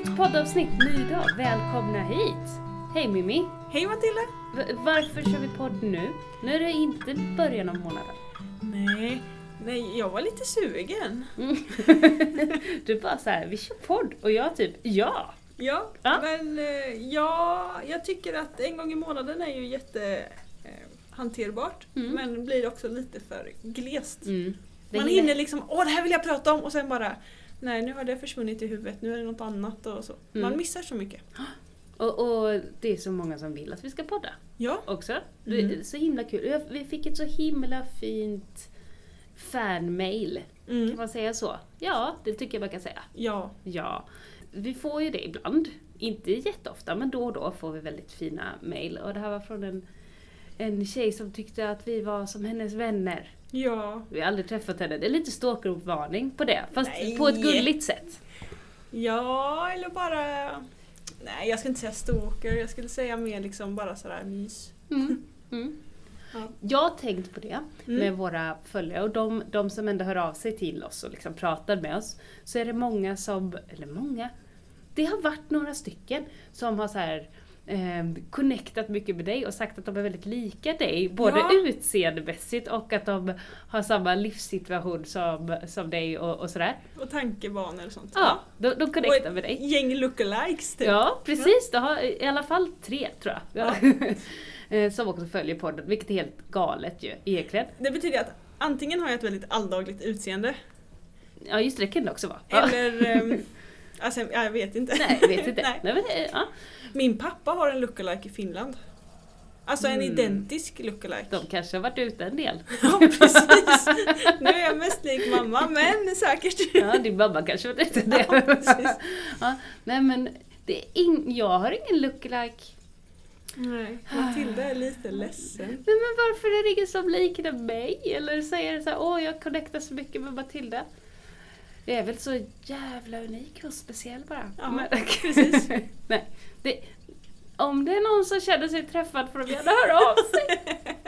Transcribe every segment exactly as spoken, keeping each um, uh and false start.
Nytt poddavsnitt, ny dag. Välkomna hit. Hej Mimmi. Hej Matilda. V- varför kör vi podd nu? Nu är det inte början av månaden. Nej, nej jag var lite sugen. Mm. Du bara så här, vi kör podd. Och jag typ, ja. Ja, Ja. men eh, ja, jag tycker att en gång i månaden är ju jätte eh, hanterbart. Mm. Men blir också lite för glest. Mm. Det Man hinner- hinner liksom, åh det här vill jag prata om och sen bara, nej nu har det försvunnit i huvudet, nu är det något annat och så. Man Mm. missar så mycket. Och, och det är så många som vill att vi ska podda Ja. också. Det Mm. är så himla kul. Jag- Vi fick ett så himla fint fanmail. Kan Mm. man säga så? Ja, det tycker jag man kan säga. Ja. Ja, vi får ju det ibland. Inte jätteofta, men då och då får vi väldigt fina mejl. Och det här var från en, en tjej som tyckte att vi var som hennes vänner. Ja. Vi har aldrig träffat henne. Det är lite stalkeruppvarning på det. Fast Nej. på ett gulligt sätt. Ja, eller bara, nej jag ska inte säga stalker, jag skulle säga mer liksom bara sådär mys. Mm. Mm. Ja. Jag har tänkt på det Mm. med våra följare och de, de som ändå hör av sig till oss och liksom pratar med oss. Så är det många som, eller många, det har varit några stycken som har så här eh, connectat mycket med dig och sagt att de är väldigt lika dig. Både Ja. utseendemässigt och att de har samma livssituation som, som dig och, och sådär. Och tankebanor och sånt. Ja, de, de Och connectar ett med dig. gäng lookalikes typ. Ja, precis. Det har i alla fall tre, tror jag. Ja. Eh, som också följer podden, vilket är helt galet ju, egentligen. Det betyder att antingen har jag ett väldigt alldagligt utseende. Ja, just det, det kan det också vara. Ja. Eller, um, alltså ja, jag vet inte. Nej, jag vet inte. Nej. Nej, men, det- ja. Min pappa har en lookalike i Finland. Alltså en Mm. identisk lookalike. De kanske har varit ute en del. Ja, precis. Nu är jag mest lik mamma, men säkert. Ja, din mamma kanske har varit ute en del. Ja, precis. Ja, nej, men det är in, jag har ingen lookalike. Nej, Matilda är lite ledsen. Nej, men varför är det ingen som liknar mig? Eller säger så här, åh jag connectar så mycket med Matilda. Jag är väl så jävla unik och speciell bara. Ja, Men- precis. Nej, det, om det är någon som känner sig träffad får de gärna höra av sig.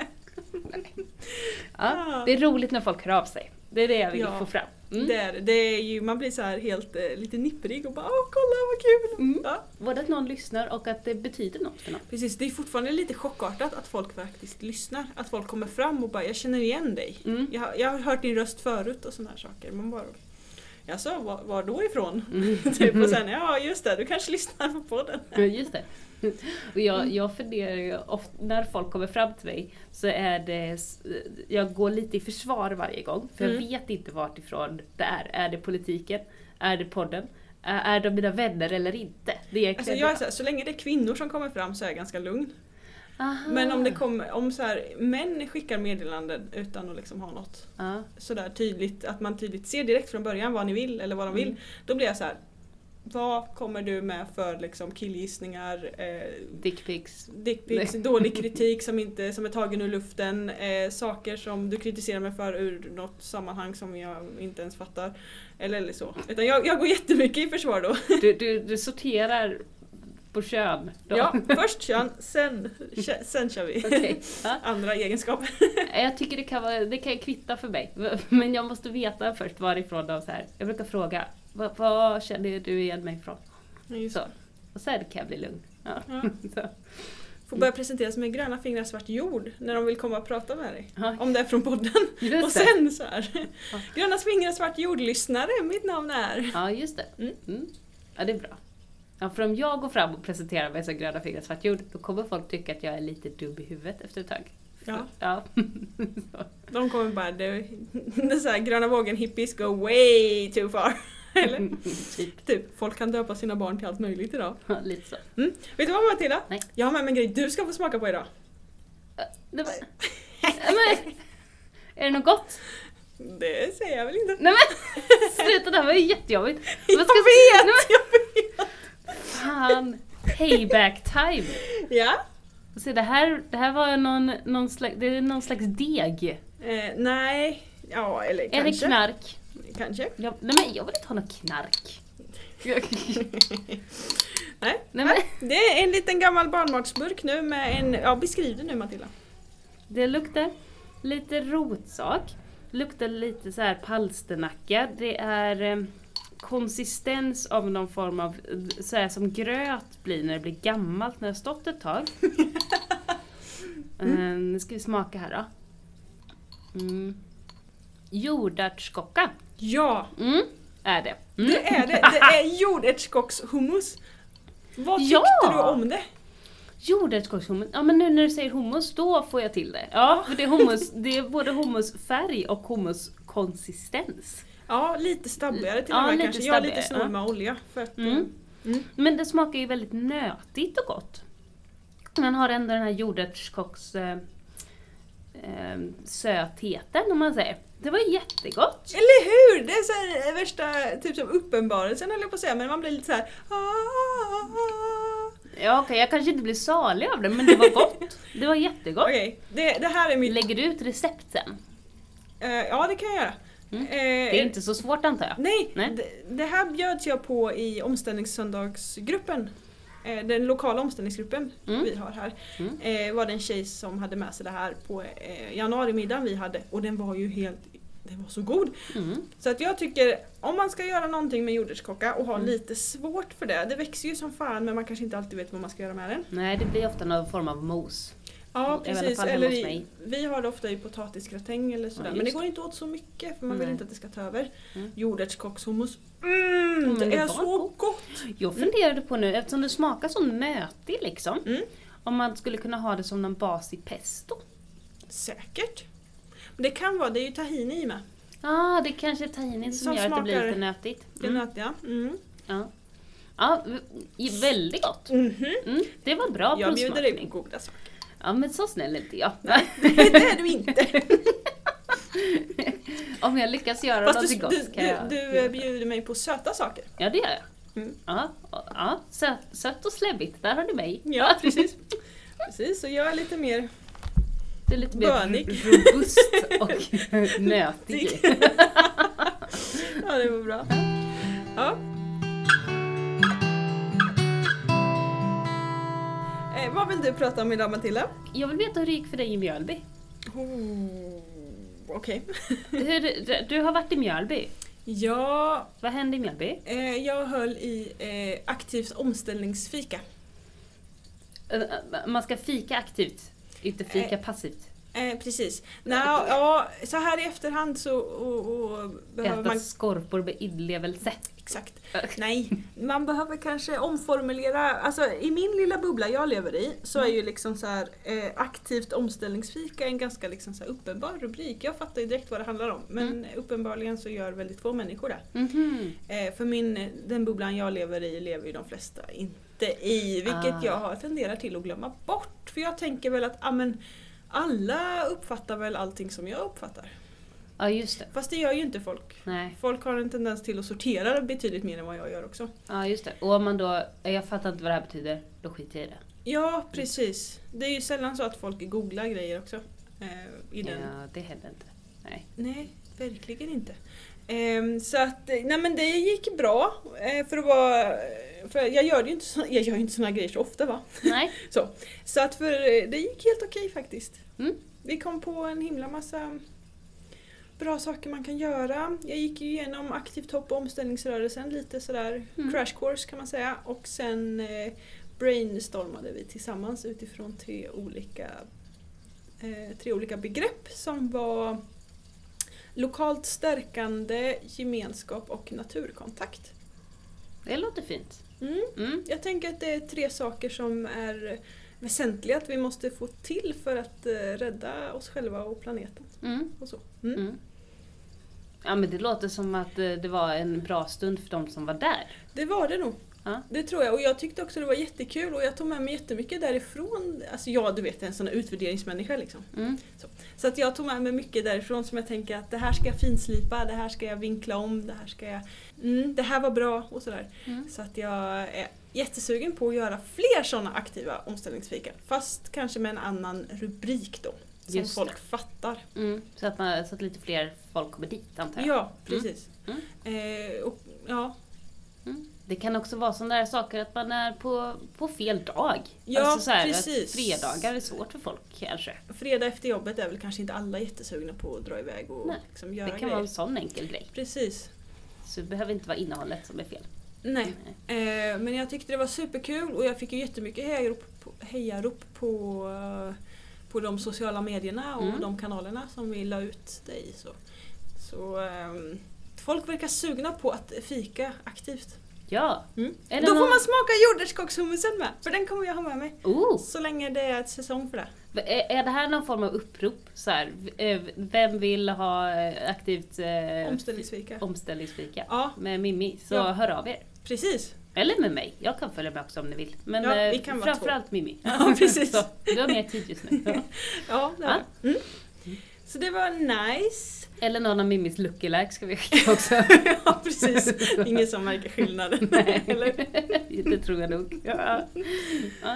Ja, det är roligt när folk hör av sig. Det är det jag vill Ja. få fram. Mm. Det är, det är ju, man blir så här helt eh, lite nipprig och bara åh kolla vad kul! Mm. Ja. Både att någon lyssnar och att det betyder något för någon. Precis, det är fortfarande lite chockartat att folk faktiskt lyssnar. Att folk kommer fram och bara jag känner igen dig. Mm. Jag, har- jag har hört din röst förut och såna här saker. Man bara, jaså, var, var då ifrån? Mm. typ, och sen, ja just det, du kanske lyssnar på podden. Ja, just det. Och jag, jag funderar ju ofta, när folk kommer fram till mig så är det, jag går lite i försvar varje gång. För jag Mm. vet inte vart ifrån det är. Är det politiken? Är det podden? Är, är de mina vänner eller inte? Det är Alltså, jag är så, här, så länge det är kvinnor som kommer fram så är jag ganska lugn. Aha. Men om det kommer, om så här, män skickar meddelanden utan att liksom ha något Ja. sådär tydligt, att man tydligt ser direkt från början vad ni vill eller vad de vill, Mm. då blir jag så här. Vad kommer du med för liksom killgissningar, eh, Dickpics. dickpics, dålig kritik som, inte, som är tagen ur luften, eh, saker som du kritiserar mig för ur något sammanhang som jag inte ens fattar. Eller, eller så. Utan jag, jag går jättemycket i försvar då. Du, du, du sorterar på kön då. Ja, först kön, sen, sen kör vi. Okej. Ja. Andra egenskaper. Jag tycker det kan, vara, det kan kvitta för mig. Men jag måste veta först varifrån de så här. Jag brukar fråga, vad, vad känner du igen mig från? Just. Så. Och sen kan jag bli lugn. Ja. Ja. Så. Får börja presentera som en gröna fingrar svart jord när de vill komma och prata med dig. Ja. Om det är från podden. Just Och det. sen så här. Ja. Gröna fingrar svart jord-lyssnare, mitt namn är. Ja, just det. Mm. Mm. Ja, det är bra. Ja, för om jag går fram och presenterar mig som gröna fingrar svart jord, då kommer folk tycka att jag är lite dum i huvudet efter ett tag. Ja. Ja. Så. De kommer bara, det, det är så här, gröna vågen hippies go way too far. Eller? Typ. Typ, folk kan döpa sina barn till allt möjligt idag. Ja, lite så. Mm. Vet du vad Matilda? Nej. Jag har med mig en grej du ska få smaka på idag. Det var... men, är det något gott? Det säger jag väl inte. Nej men, sluta, det här var ju jättejobbigt. Jag Vad ska- vet! Nej, men- Jag vet! Fan, payback time. Ja? Så det här, det här var någon, någon, slags, det är någon slags deg. Eh, nej, ja eller Är kanske. det knark? Kanske. Jag, nej men jag vill inte ha något knark. Nej. Nej, men, Det är en liten gammal barnmatsburk nu med en, ja beskriv det nu Matilda. det luktar lite rotsak. Luktar lite så här palsternacka. Det är eh, konsistens av någon form av, så här som gröt blir när det blir gammalt, när det har stått ett tag. mm. uh, nu ska vi smaka här då. Mm. Jordärtskocka. Ja, mm, är det. Mm. det är det. Det är jordärtskockshummus. Vad tyckte Ja. du om det? Jordärtskockshummus. Ja, men nu när du säger hummus, då får jag till det. Ja, för det är hummus, det är både hummusfärg och hummuskonsistens. Ja, lite stabbigare till Ja, och med lite kanske. Jag är lite stabbigare, snål med olja. För att, Mm. Mm. Men det smakar ju väldigt nötigt och gott. Man har ändå den här jordärtskocks eh, eh, sötheten, om man säger. Det var jättegott. Eller hur? Det är så här, värsta typ som uppenbarelsen, höll jag på att säga, men man blir lite så här. Ja, okej, okay, jag kanske inte blir salig av det, men det var gott. Det var jättegott. Okej, okay, det, det här är mitt... Lägger du ut recept sen? Uh, ja, det kan jag göra. Mm. Uh, Det är inte så svårt, antar jag. Nej, Nej. Det, det här bjöds jag på i omställningssöndagsgruppen. Eh, den lokala omställningsgruppen Mm. vi har här. Mm. Eh, var det en tjej som hade med sig det här på eh, januarimiddagen vi hade. Och den var ju helt, den var så god. Mm. Så att jag tycker, om man ska göra någonting med jordärtskocka och ha Mm. lite svårt för det. Det växer ju som fan, men man kanske inte alltid vet vad man ska göra med den. Nej, det blir ofta någon form av mos. Ja, I alla precis. fall hemma Eller hos i, mig. vi har det ofta i potatisgratäng eller sådär. Ja, men det just går inte åt så mycket för man vill Nej. inte att det ska ta över. Mm. Jordärtskockshummus. Mm, men det, det är var så gott. gott! Jag funderade på nu, eftersom det smakar så nötigt liksom, Mm. om man skulle kunna ha det som någon bas i pesto. Säkert. Men det kan vara, det är ju tahini i med. Ja, ah, det kanske är tahinin som, Som gör att det blir smakar- lite nötigt. Det Mm. nötiga. Mm. Ja, ja v- väldigt gott. Mhm. Mm, det var bra Jag bjuder dig på provsmakning. goda saker. Ja, men så snäll är inte jag. Det är du inte. Om jag lyckas göra Fast något du, gott du, kan jag... du, du eh, bjuder mig på söta saker. Ja, det gör jag. Mm. Ja, ja, sött, sött och släbbigt, där har du mig. Ja, precis. Precis, och jag är lite mer... Du är lite mer Bönig. robust och nötig. Ja, det var bra. Ja. Eh, vad vill du prata om idag, Matilda? Jag vill veta hur det gick för dig i Mjölby. Oh, Okej. Hur, du har varit i Mjölby. Ja, Vad hände i Mjölby? eh, jag höll i eh, aktivt omställningsfika. Eh, Man ska fika aktivt, inte fika Eh, passivt. Eh, precis. Nå, ja, så här i efterhand så och, och behöver Äta man... skorpor med inlevelse. Exakt. Nej, man behöver kanske omformulera, alltså i min lilla bubbla jag lever i så är ju liksom så här eh, aktivt omställningsfika en ganska liksom så här uppenbar rubrik. Jag fattar ju direkt vad det handlar om, men Mm. uppenbarligen så gör väldigt få människor det. Mhm. Eh, för min, den bubblan jag lever i lever ju de flesta inte i, vilket Ah. jag har tenderat till att glömma bort. För jag tänker väl att ah, men, alla uppfattar väl allting som jag uppfattar. Ja, just det. Fast det gör ju inte folk. Nej. Folk har en tendens till att sortera betydligt mer än vad jag gör också. Ja, just det. Och om man då, jag fattar inte vad det här betyder, då skiter jag i det. Ja, precis. Det är ju sällan så att folk googlar grejer också. Eh, i den. Ja, det händer inte. Nej. Nej, verkligen inte. Ehm, så att, nej men det gick bra. Eh, för att vara, för jag gör ju inte, så, jag gör ju inte såna grejer så ofta va. Nej. Så, så att för eh, det gick helt okej faktiskt. Mm. Vi kom på en himla massa bra saker man kan göra. Jag gick ju igenom aktivt hopp och omställningsrörelsen lite sådär Mm. crash course kan man säga. Och sen eh, brainstormade vi tillsammans utifrån tre olika, eh, tre olika begrepp som var lokalt stärkande, gemenskap och naturkontakt. Det låter fint. Mm. Mm. Jag tänker att det är tre saker som är väsentliga att vi måste få till för att eh, rädda oss själva och planeten. Mm. Och så. Mm. Mm. Ja, men det låter som att eh, det var en bra stund för de som var där. Det var det nog. Ja. Det tror jag. Och jag tyckte också det var jättekul och jag tog med mig jättemycket därifrån. Alltså ja, du vet, jag är en sån här utvärderingsmänniska liksom. Mm. Så. så att jag tog med mig mycket därifrån som jag tänker att det här ska jag finslipa, det här ska jag vinkla om, det här ska jag... Mm, det här var bra och sådär. Mm. Så att jag är jättesugen på att göra fler sådana aktiva omställningsfika. Fast kanske med en annan rubrik då. Som Just folk det. fattar. Mm. Så, att man, så att lite fler folk kommer dit, antar jag. Ja, precis. Mm. Eh, och, ja, Mm. Det kan också vara sådana där saker att man är på, på fel dag. Ja, alltså så här, precis. Att fredagar är svårt för folk kanske. fredag efter jobbet är väl kanske inte alla jättesugna på att dra iväg och Nej, liksom göra Det kan grejer. vara en sån enkel grej. Precis. Så det behöver inte vara innehållet som är fel. Nej, eh, men jag tyckte det var superkul och jag fick ju jättemycket hejarop på, hejarop på, eh, på de sociala medierna och Mm. de kanalerna som vi la ut det i. Så, så eh, folk verkar sugna på att fika aktivt. Ja. Mm. Är Då det får någon- man smaka jordärtskockshummusen med, för den kommer jag ha med mig. Oh. Så länge det är ett säsong för det. Är, är det här någon form av upprop? Så här, eh, vem vill ha eh, aktivt eh, Omställningsfika. omställningsfika Ja, med Mimmi? Så Ja. hör av er. precis. Eller med mig. Jag kan följa med också om ni vill. Men Ja, vi eh, kan vara framförallt Mimmi. Ja, precis. Så, du har mer tid just nu. Ja. Ja, det Ja. är det. Mm. Så det var nice. Eller någon av Mimmis lookalike ska vi skicka också. Ja, precis. Ingen som märker skillnaden. Nej, Eller? det tror jag nog. Ja. Ja.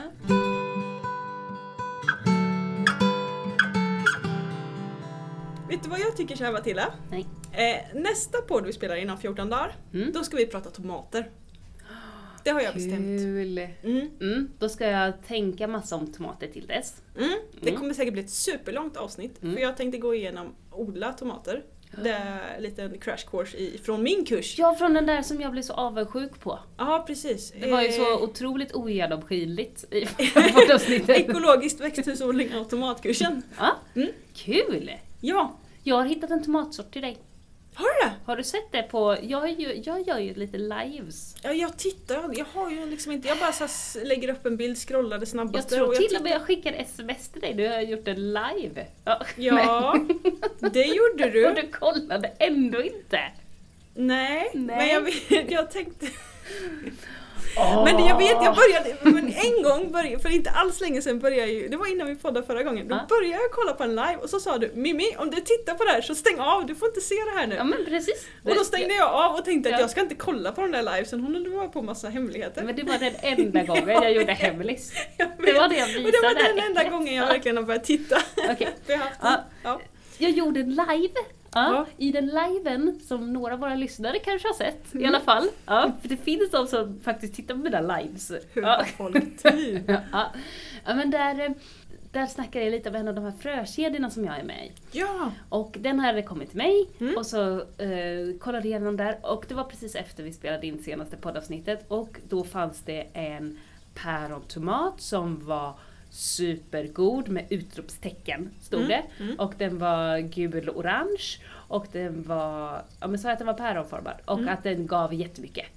Vet du vad jag tycker så här, Matilda? Nej. Eh, nästa podd vi spelar in om fjorton dagar, Mm. då ska vi prata tomater. Det har jag bestämt. Kul. Mm. Mm, då ska jag tänka massa om tomater till dess. Mm. Det Mm. kommer säkert bli ett superlångt avsnitt, Mm. för jag tänkte gå igenom odla tomater. Det är en liten crash course i, från min kurs. Ja, från den där som jag blev så avundsjuk på. Ja, precis. Det var ju Eh, så otroligt ogenomskinligt i poddavsnittet. Ekologiskt växthusodling av tomatkursen. Ja, Mm. kul! Ja, Jag har hittat en tomatsort till dig. har du det? Har du sett det på... Jag, har ju, jag gör ju lite lives. Ja, jag tittar. Jag har ju liksom inte... Jag bara så här s- lägger upp en bild, scrollar det Jag snabbaste. tror och till tittar- och med jag skickade sms till dig. Du har gjort en live. Ja, Ja, det gjorde du. och du kollade ändå inte. Nej, Nej. men jag, vet, jag tänkte... Åh. Men det- jag vet, jag började... Men en gång, började, för inte alls länge sedan började jag ju... Det var innan vi poddade förra gången. Då Ja. började jag kolla på en live och så sa du: Mimmi, om du tittar på det här så stäng av, du får inte se det här nu. Ja, men precis. Och då stängde jag av och tänkte att Ja. jag ska inte kolla på de där livesen, hon höll bara på massa hemligheter. Men det var den enda gången jag gjorde hemlis. Jag Det vet. var det jag Och det visade. var den enda gången jag verkligen har börjat titta. Okej. Vi har haft Ja. ja. Jag gjorde en live. Ja, Ja. I den liven som några av våra lyssnare kanske har sett i Mm. alla fall. Ja, för det finns de som faktiskt tittar på mina lives. Hur Ja. har folk tid? Ja. Ja, men där, där snackar jag lite om en av de här frökedjorna som jag är med i. Ja, Och den hade kommit till mig Mm. och så eh, kollade jag igenom där och det var precis efter vi spelade in senaste poddavsnittet och då fanns det en pärontomat som var supergod med utropstecken stod Mm, det. mm. Och den var gul-orange och den var, ja men så att den var päronformad och Mm. att den gav jättemycket.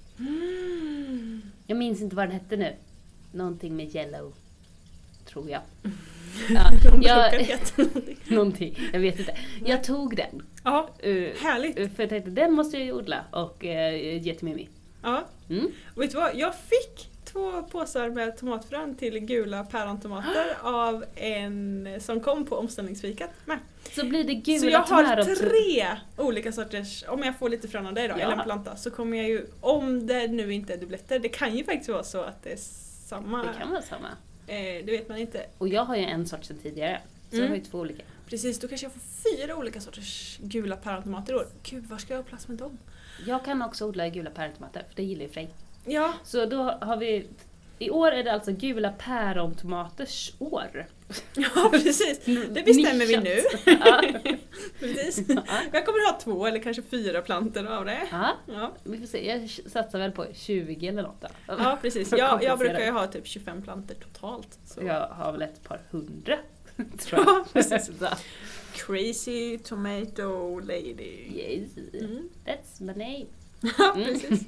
Mm. Jag minns inte vad den hette nu. Någonting med yellow. Tror jag. Ja, De jag brukar heta någonting. någonting, jag vet inte. Jag tog den. Ja, Uh, härligt. för jag tänkte, den måste jag ju odla och uh, ge till Mimmi. Ja. Mm. Och vet du vad? Jag fick två påsar med tomatfrön till gula pärontomater av en som kom på omställningsfikat med. Så blir det gula Så jag har päron- tre olika sorters, om jag får lite frön av dig då, Ja. eller en planta, så kommer jag ju, om det nu inte är dubbletter, det kan ju faktiskt vara så att det är samma, Det kan vara samma. eh, det vet man inte. Och jag har ju en sort sedan tidigare. Så Mm. jag har ju två olika. Precis, då kanske jag får fyra olika sorters gula pärontomater i år. Gud, var ska jag ha plats med dem? Jag kan också odla gula pärontomater, för det gillar ju Frej. Ja, Så då har vi... I år är det alltså gula pärontomaters år. ja precis. Det bestämmer vi nu. Ja. Precis. Ja. Jag kommer ha två eller kanske fyra plantor av det. Ja, Ja, vi får se. Jag satsar väl på tjugo eller något då. ja precis. För att Jag, jag kompensera. brukar ju ha typ tjugofem plantor totalt. Så. Jag har väl ett par hundra, tror jag. Ja, precis. Så, Crazy tomato lady. yes, Mm. that's my name. Ja, Mm. precis.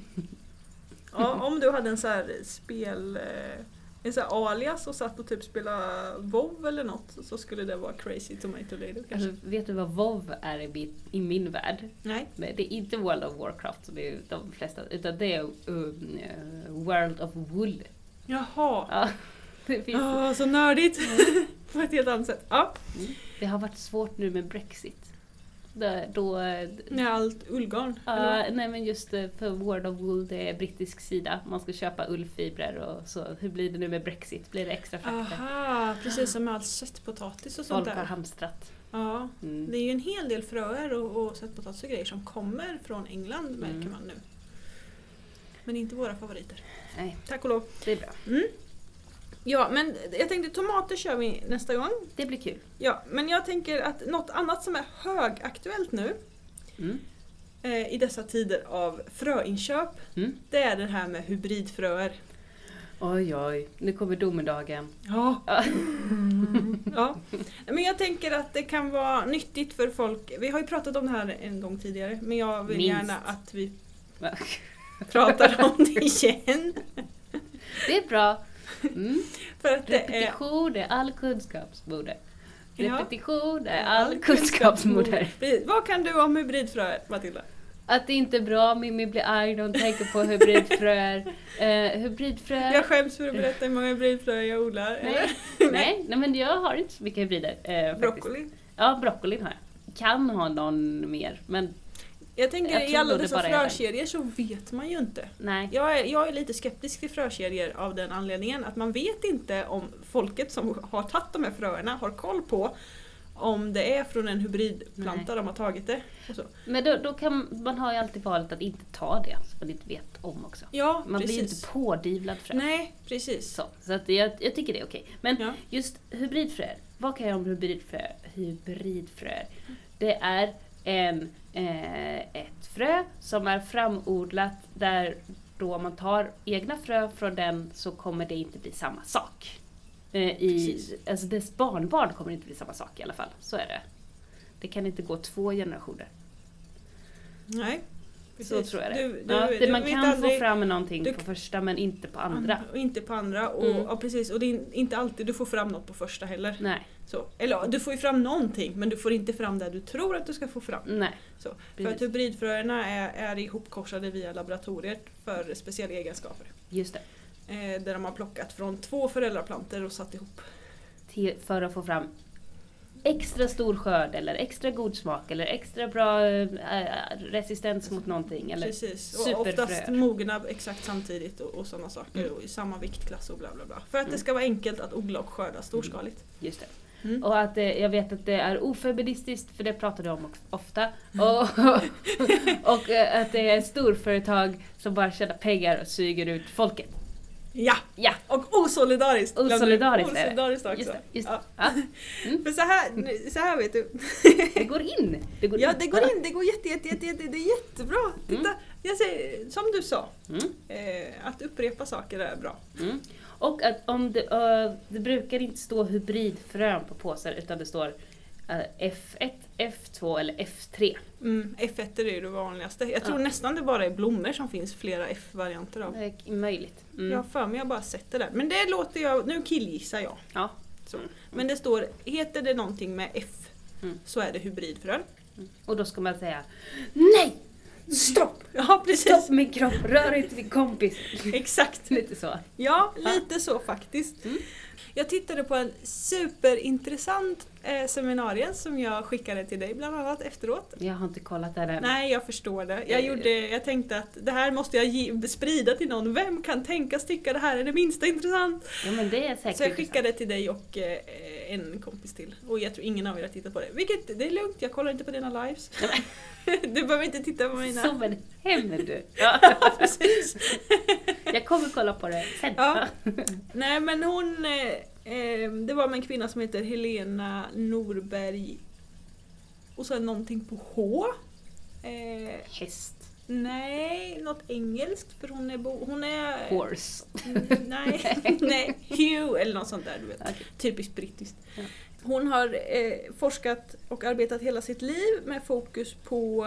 Ja, om du hade en så här spel, eh, en så här alias och satt och typ spela WoW eller något, så skulle det vara Crazy Tomato Lady kanske. Alltså, vet du vad WoW är i min, i min värld? Nej. Nej, det är inte World of Warcraft som är de flesta, utan det är um, uh, World of Wool. Jaha. Ja, det, finns, Ja, så nördigt. På ett helt annat sätt. Ja. det har varit svårt nu med Brexit. Då, då, Med allt ullgarn. Ja, eller? nej men just eh, för World of Wool, det är brittisk sida. Man ska köpa ullfibrer och så. Hur blir det nu med Brexit? Blir det extra frakter? Aha, precis som med all sötpotatis och sånt Folk har där. hamstrat. Ja, Mm. det är ju en hel del fröer och, och sötpotatis och grejer som kommer från England märker Mm. man nu. Men inte våra favoriter. Nej, Tack och lov. det är bra. Mm. Ja, men jag tänkte tomater kör vi nästa gång. Det blir kul. Ja, men jag tänker att något annat som är högaktuellt nu, Mm. eh, i dessa tider av fröinköp, Mm. det är det här med hybridfröer. Oj, oj. Nu kommer domedagen. Ja. Ja. ja. Men jag tänker att det kan vara nyttigt för folk. Vi har ju pratat om det här en gång tidigare, men jag vill Minst. gärna att vi pratar om det igen. Det är bra. Mm. För att det är... Repetition är all kunskapsmoder. Ja. Repetition är all kunskapsmoder. Precis. Vad kan du om hybridfröer, Matilda? Att det inte är bra, Mimmi blir arg när hon tänker på hybridfröer. Eh, hybridfröer... Jag skäms för att berätta hur många hybridfröer jag odlar. Nej, nej, nej, men jag har inte så mycket hybrider. Eh, Broccoli. Ja, broccolin har jag. Kan ha någon mer, men Jag tänker Jag i tror alla nog det dessa bara är den. frökedjor så vet man ju inte. nej. Jag är, jag är lite skeptisk till frökedjor av den anledningen att man vet inte om folket som har tagit de här fröerna har koll på om det är från en hybridplanta Nej. de har tagit det. Och så. Men då, då kan man har ju alltid valet att inte ta det, så man inte vet om också. Ja, Man blir ju precis. inte pådyvlad frö. Nej, precis. Så, så att jag, jag tycker det är okej. Men Ja. just hybridfröer, vad kan jag om hybridfröer? Hybridfröer. Det är en, eh, ett frö som är framodlat där då om man tar egna frö från den så kommer det inte bli samma sak. Eh, i, Precis. alltså dess barnbarn kommer inte bli samma sak i alla fall. Så är det. Det kan inte gå två generationer. Nej. Så Precis. tror jag det. Du, du, ja, du det man vet kan aldrig- få fram någonting du- på första men inte på andra. Och inte på andra. Och, Mm. ja, precis. Och det är inte alltid du får fram något på första heller. Nej, Så. Eller ja, du får ju fram någonting men du får inte fram det du tror att du ska få fram. nej. Så. För Precis. att hybridfröerna är, är ihopkorsade via laboratoriet för speciella egenskaper. Just det. Eh, där de har plockat från två föräldraplantor och satt ihop. Till, för att få fram extra stor skörd eller extra god smak eller extra bra eh, resistens mot någonting. Eller, Precis. Och superfröer. oftast mogna exakt samtidigt och, och sådana saker. Mm. Och i samma viktklass och bla bla bla. För att Mm. det ska vara enkelt att odla och skörda storskaligt. just det. Mm. Och att det, jag vet att det är ofeministiskt, för det pratar du om också ofta. Mm. Och, och eh, att det är storföretag som bara tjänar pengar och suger ut folket. Ja! Ja, Och osolidariskt. Osolidariskt är det. Osolidariskt också. just det. Just Ja. det. Ja, För så här, så här vet du. det går in. Det går Ja, in. det går in. Det går jätte, jätte, jätte, jätte det är jättebra. Titta, Mm. jag säger, som du sa. Mm. Eh, att upprepa saker är bra. Mm. Och att om det, uh, det brukar inte stå hybridfrön på påsar utan det står uh, F ett, F två eller F tre. Mm, F ett är ju det vanligaste. Jag tror Ja. nästan det bara är blommor som finns flera F-varianter av. Det är möjligt. Mm. Jag har för mig, jag har bara sett det där. Men det låter jag, nu killgissar jag. Ja. Så. Men det står, heter det någonting med F Mm. så är det hybridfrön. Mm. Och då ska man säga nej! Stopp! Ja, precis. Stopp min kropp! Rör inte din kompis! Exakt. Lite så. Ja, lite så faktiskt. Mm. Jag tittade på en superintressant eh, seminarium som jag skickade till dig bland annat efteråt. Jag har inte kollat det än. Nej, jag förstår det. Jag, Eh. gjorde, jag tänkte att det här måste jag ge, sprida till någon. Vem kan tänkas tycka det här är det minsta intressant? Ja men det är säkert Så jag intressant. skickade till dig och eh, en kompis till. Och jag tror ingen av er har tittat på det. Vilket, det är lugnt, jag kollar inte på dina lives. Du behöver inte titta på mina. Som en hämnd du. Ja. Precis. Jag kommer kolla på det sen. Ja. Nej men hon, eh, eh, det var med en kvinna som heter Helena Norberg och sen någonting på H. Eh, Häst. nej, något engelskt för hon är, bo, hon är Horse. Mm, nej, nej, Hugh eller något sånt där du vet. Okej. Typiskt brittiskt. Ja. Hon har eh, forskat och arbetat hela sitt liv med fokus på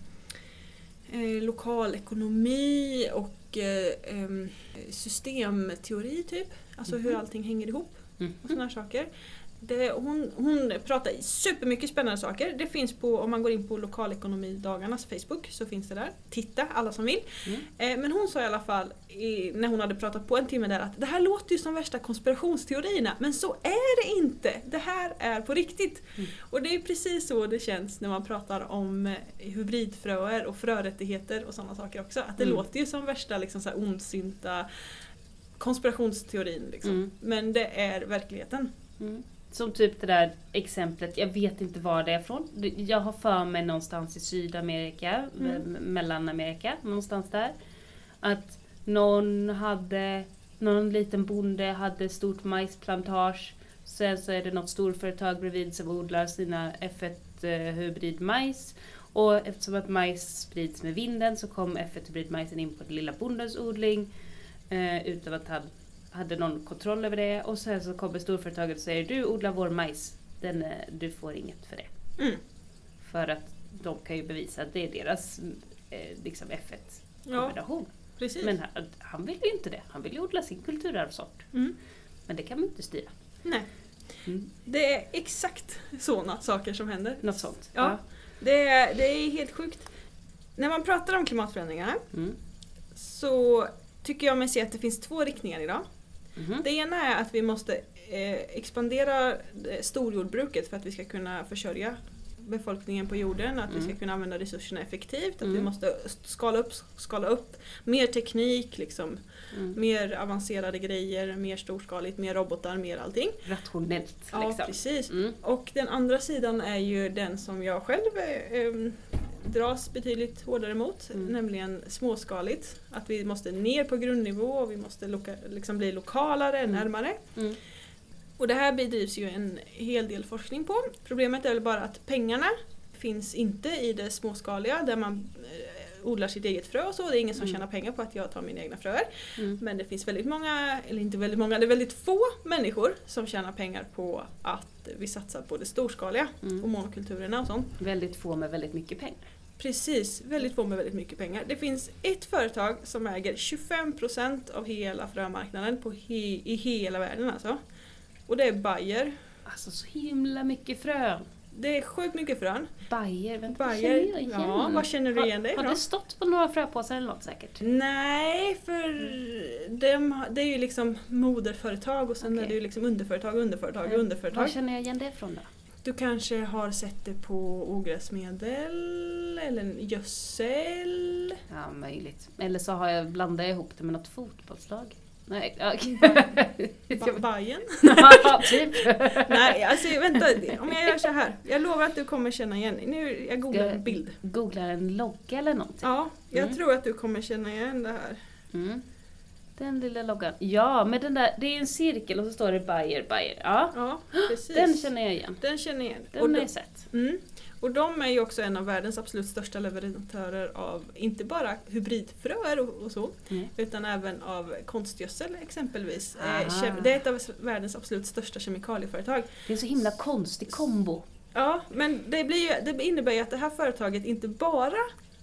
eh, lokal ekonomi och eh, em, systemteori typ. Alltså hur Mhm. allting hänger ihop Mm. och sådana här saker. Det, hon, hon pratar supermycket spännande saker. Det finns på, om man går in på lokalekonomidagarnas Facebook så finns det där. Titta, alla som vill. Mm. Eh, men hon sa i alla fall, i, när hon hade pratat på en timme där, att det här låter ju som värsta konspirationsteorierna. Men så är det inte. Det här är på riktigt. Mm. Och det är precis så det känns när man pratar om eh, hybridfröer och frörättigheter och sådana saker också. Att det Mm. låter ju som värsta liksom, så här ondsynta konspirationsteorin. Liksom. Mm. Men det är verkligheten. Mm. Som typ det där exemplet, jag vet inte var det är från. Jag har för mig någonstans i Sydamerika, Mm. mm. Mellanamerika, någonstans där. Att någon hade, någon liten bonde hade stort majsplantage. Sen så är det något storföretag bredvid som odlar sina F ett hybrid majs. Och eftersom att majs sprids med vinden så kom F ett hybridmajsen in på den lilla bondens odling eh, utan att han hade någon kontroll över det. Och sen så kommer storföretaget och säger du odlar vår majs, den, eh, du får inget för det. Mm. För att de kan ju bevisa att det är deras eh, liksom F ett-kombination. Ja, precis. Men han, han vill ju inte det. Han vill ju odla sin kulturarvsort. Mm. Men det kan man inte styra. Nej. Mm. Det är exakt sådana saker som händer. Något sånt. Ja, ja. Det, är, det är helt sjukt. När man pratar om klimatförändringarna Mm. så tycker jag mig se att det finns två riktningar idag. Mm. Det ena är att vi måste eh, expandera storjordbruket för att vi ska kunna försörja befolkningen på jorden, att Mm. vi ska kunna använda resurserna effektivt, att Mm. vi måste skala upp, skala upp mer teknik, liksom, Mm. mer avancerade grejer, mer storskaligt, mer robotar, mer allting. Rationellt Ja, liksom. precis. Mm. Och den andra sidan är ju den som jag själv eh, dras betydligt hårdare mot, Mm. nämligen småskaligt. Att vi måste ner på grundnivå och vi måste loka, liksom bli lokalare, Mm. närmare. Mm. Och det här bedrivs ju en hel del forskning på. Problemet är väl bara att pengarna finns inte i det småskaliga där man eh, odlar sitt eget frö och så. Det är ingen som Mm. tjänar pengar på att jag tar mina egna fröer. Mm. Men det finns väldigt många, eller inte väldigt många, det är väldigt få människor som tjänar pengar på att vi satsar på det storskaliga Mm. och monokulturerna och sånt. Väldigt få med väldigt mycket pengar. Precis, väldigt få med väldigt mycket pengar. Det finns ett företag som äger tjugofem procent av hela frömarknaden på he- i hela världen alltså. Och det är Bayer. Alltså så himla mycket frön. Det är sjukt mycket frön. Bayer, vänta, Bayer, känner jag igen? ja, vad känner du igen dig Har, har ifrån? det stått på några fröpåsar eller något säkert? Nej, för dem, det är ju liksom moderföretag och sen Okej. är det ju liksom underföretag, underföretag, Eh, underföretag. Var känner jag igen det ifrån då? Du kanske har sett det på ogräsmedel eller gödsel. Ja, möjligt. Eller så har jag blandat ihop det med något fotbollslag. Nej, okej. Ba- Bajen. Ja, typ. Nej, alltså vänta. Om jag gör så här. Jag lovar att du kommer känna igen. Nu, jag googlar en bild. Googlar en logga eller någonting. Ja, jag Mm. tror att du kommer känna igen det här. Mm. Den lilla loggan. Ja, men den där, det är en cirkel och så står det Bayer, Bayer. Ja, Ja, precis. den känner jag igen. Den känner jag igen. Den Och har de- jag sett. Mm. Och de är ju också en av världens absolut största leverantörer av inte bara hybridfröer och, och så, Mm. utan även av konstgödsel exempelvis. Eh, Aha. kem- det är ett av världens absolut största kemikalieföretag. Det är en så himla konstig kombo. Ja, men det, blir ju, det innebär ju att det här företaget inte bara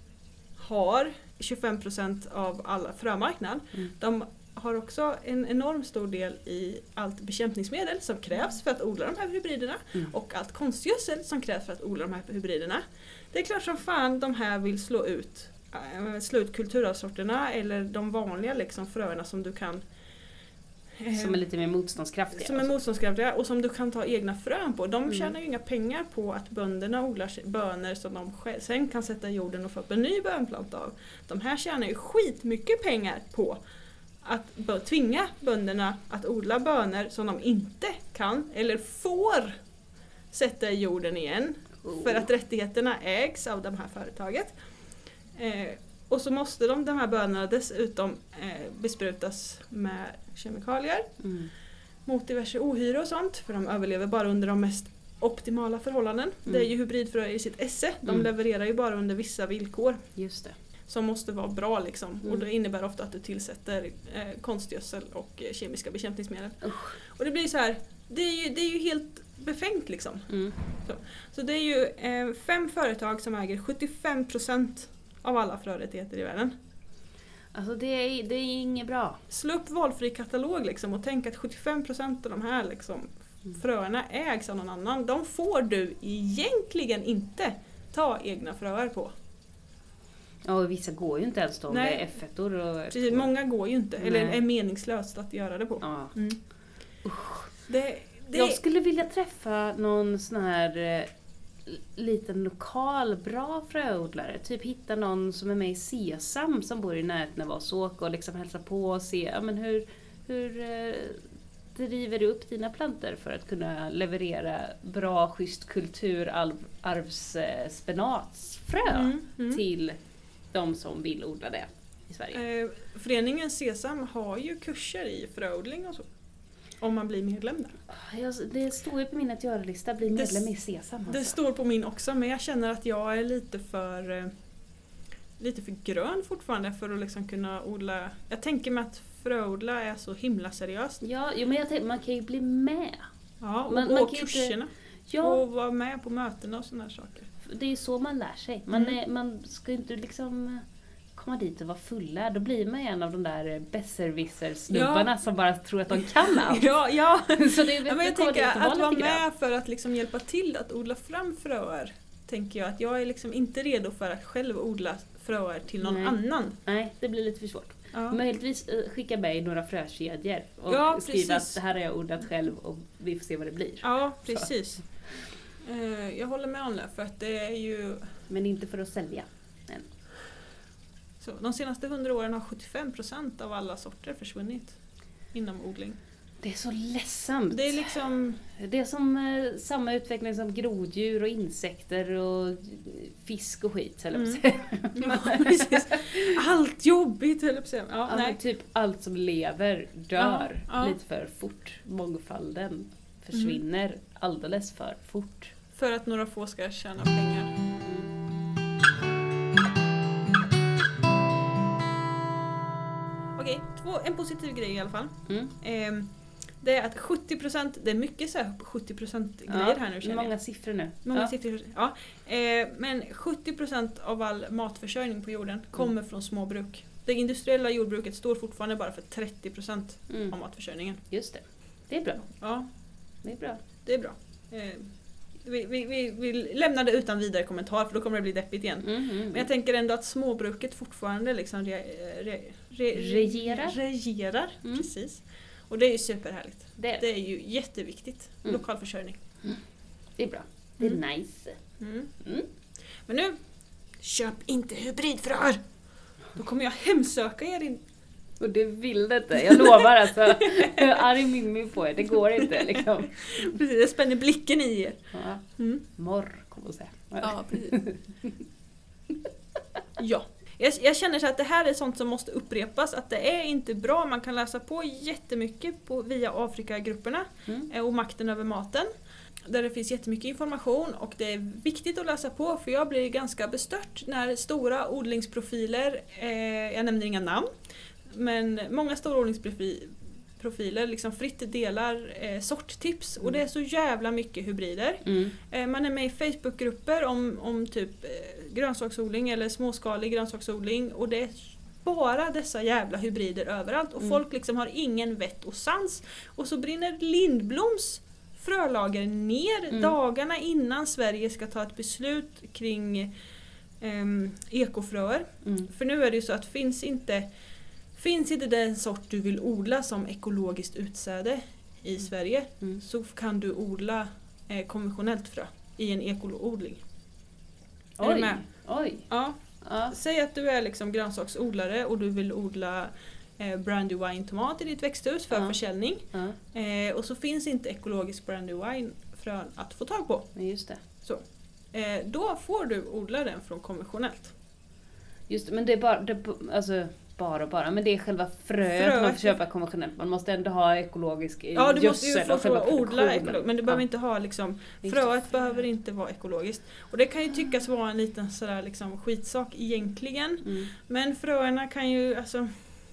har tjugofem procent av alla frömarknad. Mm. De har också en enorm stor del i allt bekämpningsmedel som krävs för att odla de här hybriderna Mm. och allt konstgödsel som krävs för att odla de här hybriderna. Det är klart som fan de här vill slå ut, äh, slå ut kulturarvssorterna eller de vanliga liksom, fröerna som du kan eh, Som är lite mer motståndskraftiga. som är motståndskraftiga och som du kan ta egna frön på. De Mm. tjänar ju inga pengar på att bönderna odlar sig- bönor som de själv, sen kan sätta i jorden och få upp en ny bönplanta av. De här tjänar ju skitmycket pengar på att bö- tvinga bönderna att odla bönor som de inte kan eller får sätta i jorden igen. Oh. För att rättigheterna ägs av det här företaget. Eh, och så måste de, de här bönorna dessutom eh, besprutas med kemikalier Mm. mot diverse ohyra och sånt, för de överlever bara under de mest optimala förhållanden. Mm. Det är ju hybridfrö i sitt esse, de Mm. levererar ju bara under vissa villkor Just det. som måste vara bra liksom. Mm. Och det innebär ofta att du tillsätter eh, konstgödsel och eh, kemiska bekämpningsmedel. Usch. Och det blir så här, det är ju, det är ju helt befängt liksom. Mm. Så det är ju eh, fem företag som äger sjuttiofem procent av alla frörättigheter i världen. Alltså det är, det är inget bra. Slå upp valfri katalog liksom och tänk att sjuttiofem procent av de här liksom, Mm. fröerna ägs av någon annan. De får du egentligen inte ta egna fröer på. Ja, och vissa går ju inte ens då om Nej. det är F ett-or och Precis, många går ju inte, eller Nej. är meningslöst att göra det på. Ja. Mm. Det, det, Jag skulle vilja träffa någon sån här eh, liten lokal bra fröodlare. Typ hitta någon som är med i Sesam som bor i närheten av oss och åka och liksom hälsa på och se ja, men hur, hur eh, driver du upp dina plantor för att kunna leverera bra, schysst kulturarvsspenatsfrö Mm, mm. till de som vill odla det i Sverige. Eh, föreningen Sesam har ju kurser i fröodling och så. om man blir medlem där. Jag, det står ju på min att göra-lista, bli medlem det, i Sesam. Alltså. Det står på min också, men jag känner att jag är lite för eh, lite för grön fortfarande för att liksom kunna odla. Jag tänker mig att fröodla är så himla seriöst. Ja, jo, men jag tänker, man kan ju bli med. Ja, och man, gå man kan kurserna. inte, ja, och vara med på mötena och sådana saker. Det är ju så man lär sig. Man, Mm. är, man ska ju inte liksom komma dit och vara fulla. Då blir man ju en av de där besserwisser-snubbarna Ja. som bara tror att de kan allt. Ja, ja. Så det är ja men jag komma tänker dit och att vara lite grann. med för att liksom hjälpa till att odla fram fröer. Tänker jag att jag är liksom inte redo för att själv odla fröer till någon Nej. annan. Nej, det blir lite för svårt. Ja. Möjligtvis eh, skicka med några frökedjor och Ja, skriva precis. att det här har jag odlat själv och vi får se vad det blir. Ja, precis. Eh, jag håller med om det, för att det är ju... Men inte för att sälja. Så, de senaste hundra åren har sjuttiofem procent av alla sorter försvunnit inom odling. Det är så ledsamt. Det är liksom... Det är som eh, samma utveckling som groddjur och insekter och fisk och skit. Eller Mm. mm. Ja, precis. Allt jobbigt, höll jag på att säga. Ja, Alltså, nej. typ allt som lever dör Ja, ja. lite för fort. Mångfalden försvinner Mm. alldeles för fort. För att några få ska tjäna pengar. Okej, två, en positiv grej i alla fall. Mm. Eh, det är att sjuttio procent, det är mycket så här sjuttio procent grejer här nu känner jag. Många siffror nu. Många ja. siffror. Ja. Eh, men sjuttio procent av all matförsörjning på jorden kommer Mm. från småbruk. Det industriella jordbruket står fortfarande bara för trettio procent Mm. av matförsörjningen. Just det. Det är bra. Ja, Det är bra. det är bra. Eh, vi, vi, vi, vi lämnar det utan vidare kommentar för då kommer det bli deppigt igen. Mm, mm, Men jag tänker ändå att småbruket fortfarande liksom re, re, re, Regerar. regerar Mm. precis. Och det är ju superhärligt. Det, Det är ju jätteviktigt. Mm. Lokalförsörjning. det är bra. Det är Mm. nice. Mm. Mm. Men nu, köp inte hybridfröer! Då kommer jag hemsöka er in. Och det vill det inte. Jag lovar alltså. Jag är arg mimmi på er. Det går inte liksom. Precis, jag spänner blicken i er. Ja. Mm. Morr, kommer jag säga. Ja, precis. Ja. Jag, jag känner så att det här är sånt som måste upprepas, att det är inte bra. Man kan läsa på jättemycket på, via Afrikagrupperna Mm. eh, och makten över maten. Där det finns jättemycket information och det är viktigt att läsa på för jag blir ganska bestört när stora odlingsprofiler, eh, jag nämner inga namn, men många stora odlingsprofiler liksom fritt delar eh, sorttips och det är så jävla mycket hybrider. Mm. Eh, man är med i Facebookgrupper om, om typ eh, grönsaksodling eller småskalig grönsaksodling och det är bara dessa jävla hybrider överallt och Mm. folk liksom har ingen vett och sans och så brinner Lindbloms frölager ner Mm. dagarna innan Sverige ska ta ett beslut kring ehm, ekofröer. Mm. För nu är det ju så att finns inte, finns inte den sort du vill odla som ekologiskt utsäde i Sverige Mm. så kan du odla eh, konventionellt frö i en ekoloodling. Är du Oj, med? oj. Ja. Ja. Säg att du är liksom grönsaksodlare och du vill odla eh, Brandywine-tomat i ditt växthus för Ja. försäljning. Ja, Eh, och så finns inte ekologisk Brandywine-frön att få tag på. men just det. Eh, då får du odla den från konventionellt. Just det, men det är bara, det, alltså bara och bara, men det är själva fröet, Fröet. man får köpa konventionellt. Man måste ändå ha ekologisk eh, Ja, du måste ju gödsel få, och själva få odla produktionen. ekologiskt, men du behöver Ja. inte ha liksom, Just fröet det. behöver inte vara ekologiskt. Och det kan ju tyckas vara en liten sådär liksom skitsak egentligen. Mm. Men fröerna kan ju, alltså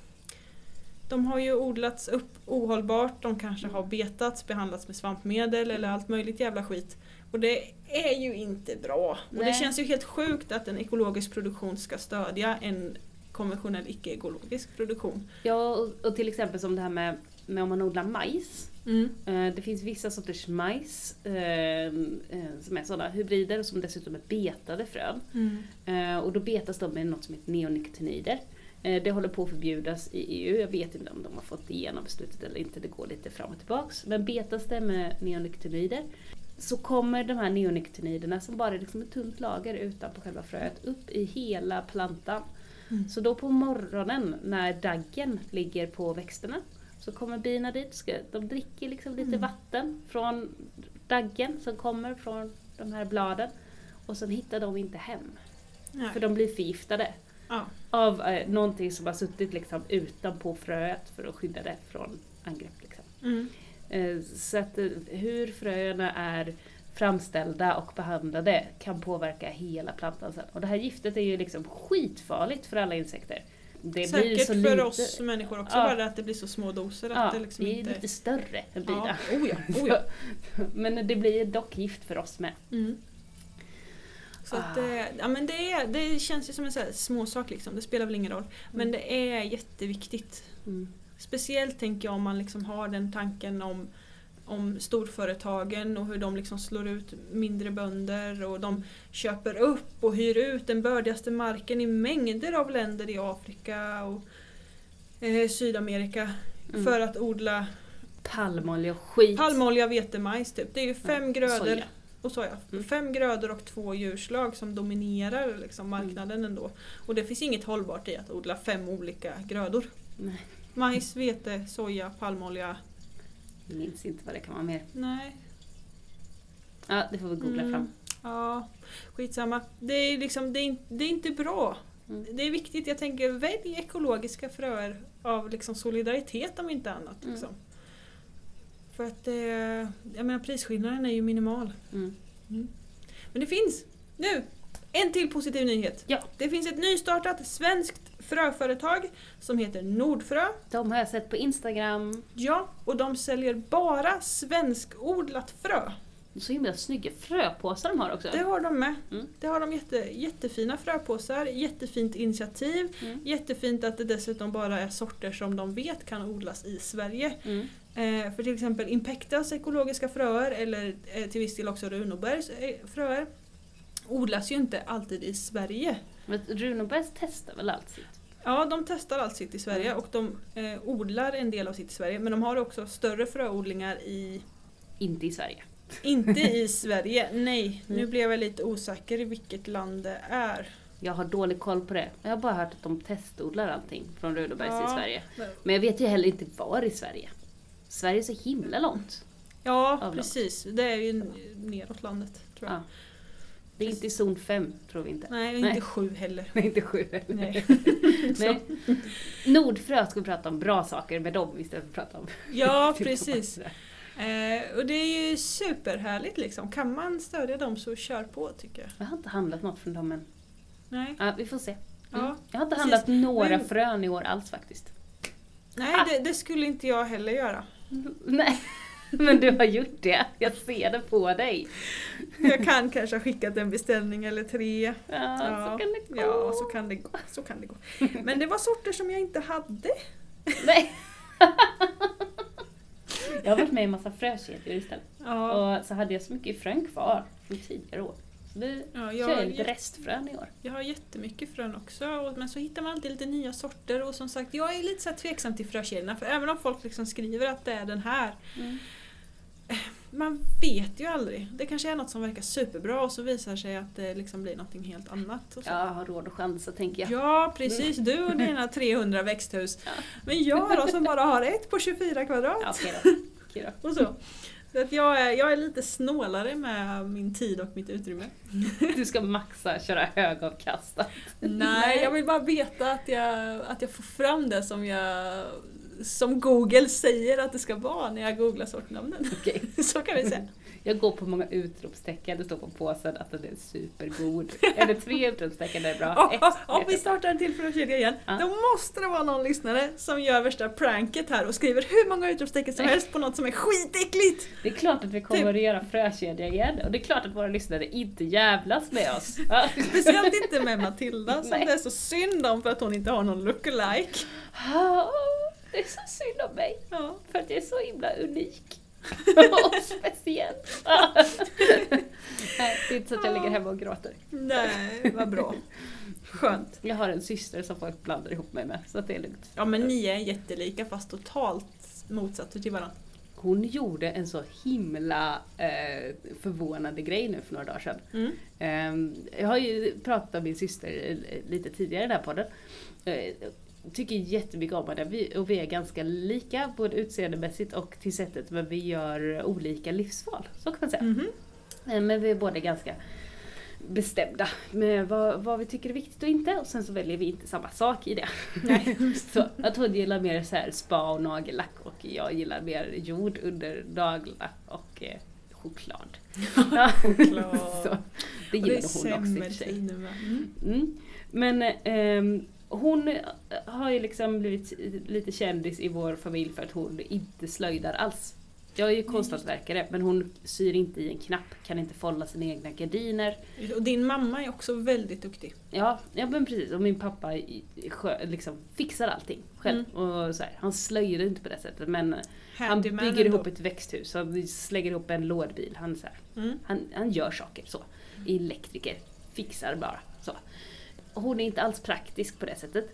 de har ju odlats upp ohållbart, de kanske har betats, behandlats med svampmedel eller allt möjligt jävla skit. Och det är ju inte bra. Och det Nej. känns ju helt sjukt att en ekologisk produktion ska stödja en konventionell icke-ekologisk produktion. Ja, och, och till exempel som det här med, med om man odlar majs. Mm. Eh, det finns vissa sorters majs eh, eh, som är sådana hybrider som dessutom är betade frön. Mm. Eh, och då betas de med något som heter neonikotinoider. Eh, det håller på att förbjudas i E U. Jag vet inte om de har fått igenom beslutet eller inte. Det går lite fram och tillbaks. Men betas det med neonikotinoider så kommer de här neonikotinoiderna som bara är liksom ett tunt lager utanpå själva fröet upp i hela plantan. Mm. Så då på morgonen när daggen ligger på växterna så kommer bina dit. Ska, de dricker liksom lite Mm. vatten från daggen som kommer från de här bladen. Och sen hittar de inte hem. Nej. För de blir förgiftade Ja. av eh, någonting som har suttit liksom utanpå fröet för att skydda det från angrepp. Liksom. Mm. Eh, så att eh, hur fröerna är framställda och behandlade kan påverka hela plantan sen. Och det här giftet är ju liksom skitfarligt för alla insekter. Det Säkert blir så för lite, oss människor också, ja. bara att det blir så små doser. Ja, Att det, liksom det är inte... lite större än bina. Ja, oh ja, oh ja. Men det blir dock gift för oss med. Mm. Så Ah. att, eh, ja, men det, är, det känns ju som en så här småsak liksom, det spelar väl ingen roll. Men det är jätteviktigt. Mm. Speciellt tänker jag om man liksom har den tanken om, om storföretagen och hur de liksom slår ut mindre bönder och de köper upp och hyr ut den bördigaste marken i mängder av länder i Afrika och eh, Sydamerika Mm. för att odla Palmolja och skit. palmolja, vetemajs typ. Det är ju fem Ja, grödor soja. och soja. Mm. Fem grödor och två djurslag som dominerar liksom marknaden ändå. Och det finns inget hållbart i att odla fem olika grödor. Nej, Majs, vete, soja, palmolja. jag minns inte vad det kan vara mer. Nej. Ja, det får vi googla Mm. fram. Ja, skitsamma. Det är, liksom, det är, in- det är inte bra. Mm. Det är viktigt, jag tänker, välj ekologiska fröer av liksom solidaritet om inte annat. Mm. Liksom. För att eh, jag menar, prisskillnaden är ju minimal. Mm. Men det finns nu en till positiv nyhet. Ja. Det finns ett nystartat svenskt fröföretag som heter Nordfrö. De har jag sett på Instagram. Ja, och de säljer bara svenskodlat frö. Så himla snygga fröpåsar de har också. Det har de med. Mm. Det har de jätte, jättefina fröpåsar, jättefint initiativ, Mm. jättefint att det dessutom bara är sorter som de vet kan odlas i Sverige. Mm. Eh, för till exempel Impectas ekologiska fröer eller eh, till viss del också Runobergs eh, fröer odlas ju inte alltid i Sverige. Men Runobergs testar väl allt sitt? Ja, de testar allt sitt i Sverige Mm. och de eh, odlar en del av sitt i Sverige, men de har också större fröodlingar i Inte i Sverige. inte i Sverige, nej. Nu Mm. blev jag lite osäker i vilket land det är. Jag har dålig koll på det. Jag har bara hört att de testodlar allting från Runobergs Ja. i Sverige. Men jag vet ju heller inte var i Sverige. Sverige är så himla långt. Ja, Avlångt. precis. Det är ju n- neråt landet, tror jag. Ja. Det är inte i zon fem, tror vi inte. Nej, och Nej. inte sju heller. Nej, inte sju heller. Nej. Nej. Nordfrö ska vi prata om bra saker med dem istället för att prata om... Ja, till precis. dem. Eh, och det är ju superhärligt liksom. Kan man stödja dem så kör på, tycker jag. Jag har inte handlat något från dem än. Nej, Ja, vi får se. Mm. Ja, Jag har inte precis. handlat några Men- frön i år alls faktiskt. Nej Ah. det, det skulle inte jag heller göra. Nej, men du har gjort det. Jag ser det på dig. Jag kan kanske ha skickat en beställning eller tre. Ja, Ja, så kan det gå. Ja, så kan det gå. Så kan det gå. Men det var sorter som jag inte hade. Nej. Jag har varit med i en massa frökedjor istället. Ja, Och så hade jag så mycket frön kvar från tidigare år. Så nu ja, kör jag, jag lite jag, restfrön i år. jag har jättemycket frön också. och- Men så hittar man alltid lite nya sorter. Och som sagt, jag är lite så här tveksam till frökedjorna. För även om folk liksom skriver att det är den här. Mm. Man vet ju aldrig. Det kanske är något som verkar superbra och så visar sig att det liksom blir något helt annat. Och så. Jag har råd och chansa, tänker jag. Ja, precis. Du och dina trehundra växthus. Ja. Men jag då som bara har ett på tjugofyra kvadrat. Ja, okej då. Okej då. Och så. Så att jag, är, jag är lite snålare med min tid och mitt utrymme. Du ska maxa, köra högavkastat. Nej, jag vill bara veta att jag, att jag får fram det som jag som Google säger att det ska vara när jag googlar sortnamnen. Okej. Så kan vi säga. Jag går på många utropstecken, det står på påsen att den är supergod. Är det tre utropstecken där det är bra? Om Ett, oh, vi vet startar en till frökedja igen, Ja. då måste det vara någon lyssnare som gör värsta pranket här och skriver hur många utropstecken som Nej. helst på något som är skitäckligt. jag. Det är klart att vi kommer Typ. att göra frökedja igen. Och det är klart att våra lyssnare inte jävlas med oss. Ja. Speciellt inte med Matilda som Nej. det är så synd om för att hon inte har någon lookalike. Ah, det är så synd om mig. Ja. För att jag är så himla unik. Och speciell. Nej, det är inte så att jag ligger hemma och gråter. Nej, vad bra. Skönt. Jag har en syster som folk blandar ihop mig med, så att det är lugnt. Ja, men ni är jättelika fast totalt motsatser till varandra. Hon gjorde en så himla eh, förvånande grej nu för några dagar sedan. Mm. Eh, jag har ju pratat med min syster eh, lite tidigare i den här podden. Eh, tycker jättemycket om henne. Vi, och vi är ganska lika, både utseendemässigt och till sättet, men vi gör olika livsval. Så kan man säga. Mhm. Eh, men vi är båda ganska bestämda med vad, vad vi tycker är viktigt och inte. Och sen så väljer vi inte samma sak i det. Nej. Så att hon gillar mer så här spa och nagellack och jag gillar mer jord under naglarna och eh, choklad. Ja, choklad. Så, det gillar hon också i och för sig. Mm. Mm. Men eh, hon har ju liksom blivit lite kändis i vår familj för att hon inte slöjdar alls. Jag är ju konsthantverkare, men hon syr inte i en knapp, kan inte folla sina egna gardiner. Och din mamma är också väldigt duktig. Ja, ja men precis. Och min pappa liksom fixar allting själv. Mm. Och så här, han slöjer inte på det sättet, men Handyman han bygger ihop ett växthus. Han slänger ihop en lådbil. Han, så här, mm. han, han gör saker så. Elektriker fixar bara så. Och hon är inte alls praktisk på det sättet.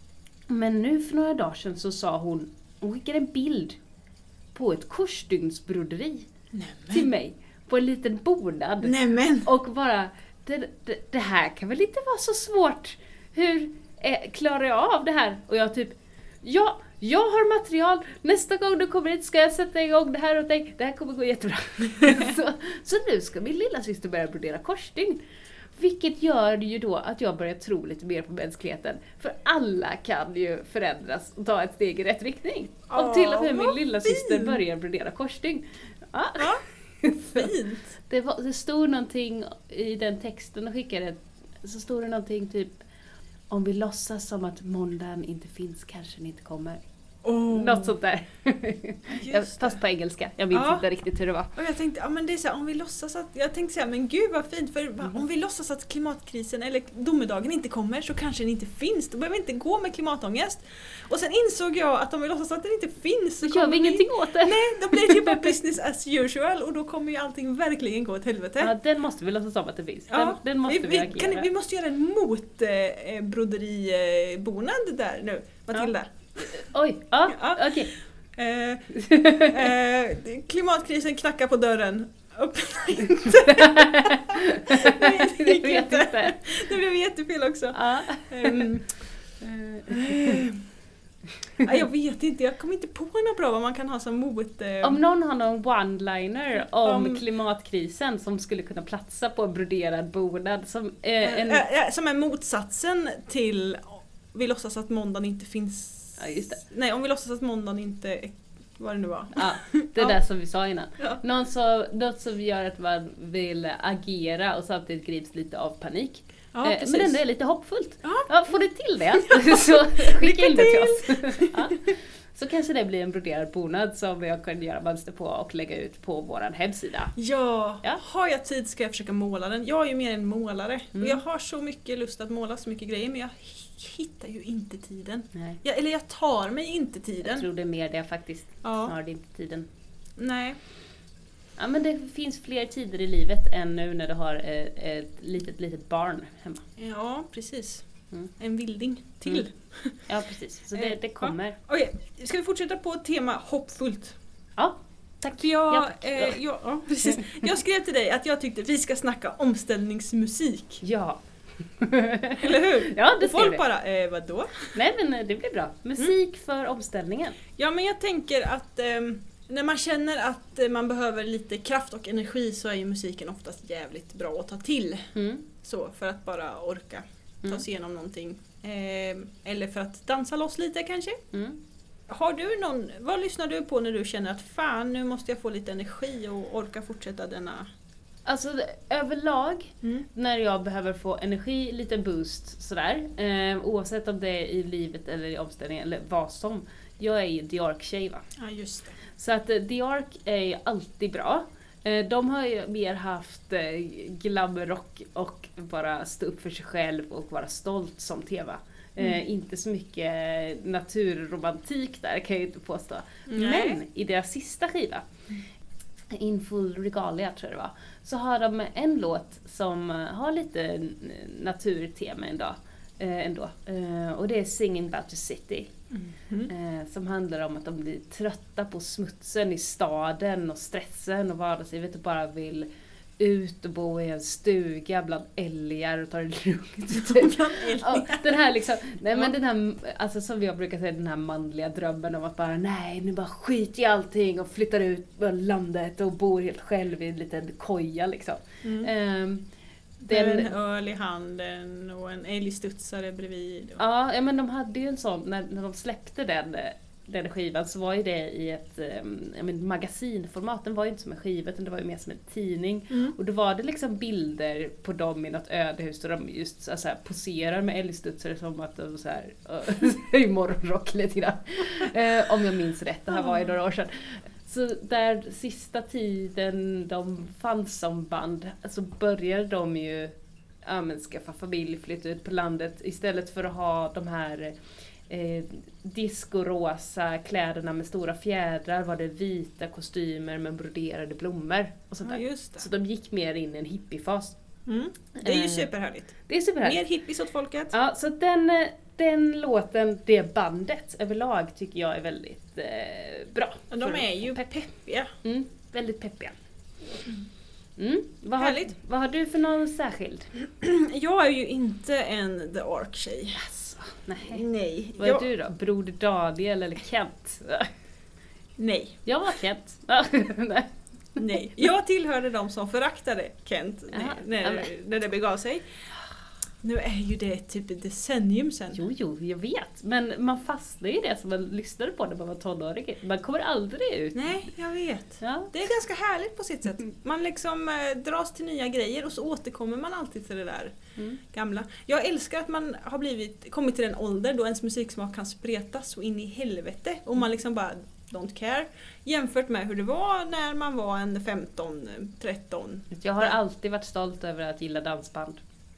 Men nu för några dagar sedan så sa hon, hon skickade en bild på ett korsstygnsbroderi till mig på en liten bonad. Nämen. Och bara, det, det, det här kan väl inte vara så svårt. Hur eh, klarar jag av det här? Och jag typ, ja, jag har material. Nästa gång du kommer hit ska jag sätta igång det här åt dig. Det här kommer gå jättebra. så, så nu ska min lilla syster börja brodera korsstygn. Vilket gör ju då att jag börjar tro lite mer på mänskligheten. För alla kan ju förändras och ta ett steg i rätt riktning. Oh, och till och med min lilla fint. syster börjar brodera korsstygn. Ja, ja fint. det, var, det stod någonting i den texten och skickade. Så stod det någonting typ, om vi låtsas som att måndagen inte finns kanske den inte kommer. Oh. Något sånt där. jag, fast på engelska. Jag minns ja. inte riktigt hur det var. Och jag tänkte, ja men det är så här, om vi låtsas att, jag tänkte säga, men gud vad fint, för mm. om vi låtsas att klimatkrisen eller domedagen inte kommer så kanske den inte finns. Då behöver vi inte gå med klimatångest. Och sen insåg jag att om vi låtsas att den inte finns så, så gör vi ingenting vi, åt det. Nej, då blir det typ bara business as usual och då kommer ju allting verkligen gå åt helvete. Ja, den måste vi låtsas om att det finns. Den, ja. den måste vi, vi agera. Kan, vi måste göra en motbroderibonad eh, där nu, Matilda. Ja. Oj, ja, ja. okej. Okay. Eh, eh, klimatkrisen knackar på dörren. Öppna inte. Nej, det gick inte. inte. Det blev jättefel också. Ja. Um, uh, jag vet inte, jag kommer inte på något bra vad man kan ha som mot... Uh, om någon har någon one-liner om um, klimatkrisen som skulle kunna platsa på en broderad bonad som, uh, en... uh, uh, som är motsatsen till vi låtsas att måndagen inte finns. Ja, just det. Nej, om vi låtsas att måndagen inte, vad det nu var. Ja, det är ja. det som vi sa innan. Ja. Någon så, något som gör att man vill agera och samtidigt grips lite av panik. Ja, eh, men ändå är lite hoppfullt. Ja. Ja, får du till det? Så skicka in det till oss. Ja. Så kanske det blir en broderad bonad som jag kan göra mönster på och lägga ut på vår hemsida. Ja, ja, har jag tid ska jag försöka måla den. Jag är ju mer en målare. Mm. Och jag har så mycket lust att måla så mycket grejer men jag hittar ju inte tiden. Nej. Jag, eller jag tar mig inte tiden. Jag tror det är mer det faktiskt. Ja. Har det inte tiden. Nej. Ja, men det finns fler tider i livet än nu när du har ett, ett litet, litet barn hemma. Ja, precis. Mm. En vilding till. Mm. Ja, precis. Så det, det kommer. Ja. Okej, ska vi fortsätta på tema hoppfullt? Ja, tack. För jag, ja, tack. Eh, jag, ja, precis. jag skrev till dig att jag tyckte att vi ska snacka omställningsmusik. Ja. Eller hur? Ja, det och folk vi. bara, eh, vadå? Nej, men det blir bra. Musik mm. för omställningen. Ja, men jag tänker att eh, när man känner att eh, man behöver lite kraft och energi så är ju musiken oftast jävligt bra att ta till. Mm. Så, för att bara orka ta mm. sig igenom någonting. Eh, eller för att dansa loss lite kanske. Mm. Har du någon, vad lyssnar du på när du känner att fan, nu måste jag få lite energi och orka fortsätta denna... Alltså överlag, mm. när jag behöver få energi, lite boost sådär, eh, oavsett om det är i livet eller i omställningen eller vad som, jag är ju The Ark-tjej va? Ja, just det. Så att eh, The Ark är ju alltid bra. Eh, de har ju mer haft eh, glamrock och bara stå upp för sig själv och vara stolt som teva. Mm. Eh, inte så mycket naturromantik där kan jag inte påstå. Nej. Men i deras sista skiva, In Full Regalia tror jag det var, så har de en låt som har lite naturtema ändå. Eh, ändå. Eh, och det är Singing About the City. Mm. Eh, som handlar om att de blir trötta på smutsen i staden och stressen och vardagslivet och bara vill ut och bo i en stuga bland älgar och ta det lugnt. Typ. Ja, den här liksom, nej men den här, alltså som jag brukar säga, den här manliga drömmen om att bara, nej nu bara skit i allting och flyttar ut på landet och bor helt själv i en liten koja liksom. Mm. Um, Den... Den, En öl i handen och en älgstudsare bredvid. Och... ja, ja, men de hade ju en sån, när, när de släppte den, den skivan så var ju det i ett jag men, magasinformat. Den var ju inte som en skiva utan det var ju mer som en tidning. Mm. Och då var det liksom bilder på dem i något ödehus där de just så här, poserar med älgstudsare som att de så här, i morgonrock lite grann. Eh, om jag minns rätt, det här var ju några år sedan. Så där sista tiden de fanns som band så började de ju ja, men, skaffa familj, flytta ut på landet istället för att ha de här eh, discorosa kläderna med stora fjädrar var det vita kostymer med broderade blommor och sånt Ja, där. just det. Så de gick mer in i en hippiefas. Mm. Det är ju Eh, superhärligt. Det är superhärligt. Mer hippies åt folket. Ja, så den, eh, den låten, det bandet överlag tycker jag är väldigt eh, bra. Och de För- är ju pepp. peppiga. Mm, väldigt peppiga. Mm. Vad, har, Härligt. vad har du för någon särskild? Jag är ju inte en The Ark-tjej. Alltså, nej. Nej. Vad är Jag, du då? Broder Daniel eller Kent? nej. Jag var Kent. Nej. Nej. Jag tillhörde de som föraktade Kent Jaha, när, ja, när, när det begav sig. Nu är ju det typ ett decennium sedan. Jo, jo, jag vet. Men man fastnar i det som man lyssnade på när man var tonåring. Man kommer aldrig ut. Nej, jag vet. Ja. Det är ganska härligt på sitt sätt. Man liksom eh, dras till nya grejer och så återkommer man alltid till det där Mm. gamla. Jag älskar att man har blivit, kommit till den ålder då ens musiksmak kan spretas så in i helvete och man liksom bara don't care. Jämfört med hur det var när man var en femton tretton. Jag har alltid varit stolt över att gilla dansband.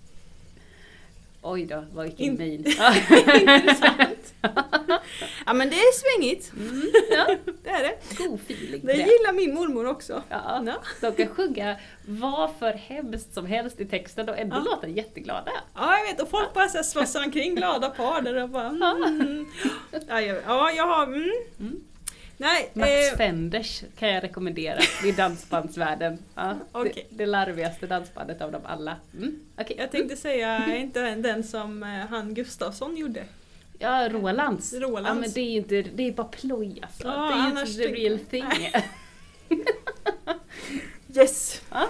Oj då, vad vilken In- min. Intressant. Ja men det är svängigt. Mm, ja, Det är det. god feeling på Det det. gillar min mormor också. Ja, Ja. de kan sjunga vad för hemskt som helst i texten och ändå Ja. låta jätteglada. Ja jag vet och folk bara så här svassar omkring glada par där och bara mm. Ja jag, ja, jag har mm. Mm. Nej, Max eh, Fenders kan jag rekommendera i dansbandsvärlden. Ja, Okej. det, det larvigaste dansbandet av dem alla. Mm, okej. jag tänkte säga, är inte den, den som eh, han Gustafsson gjorde? Ja, Rolands. Rolands. Ja, men det är ju inte, det är bara ploj alltså. Ja, det är ju annars inte the tänk- real thing. Yes! Ja.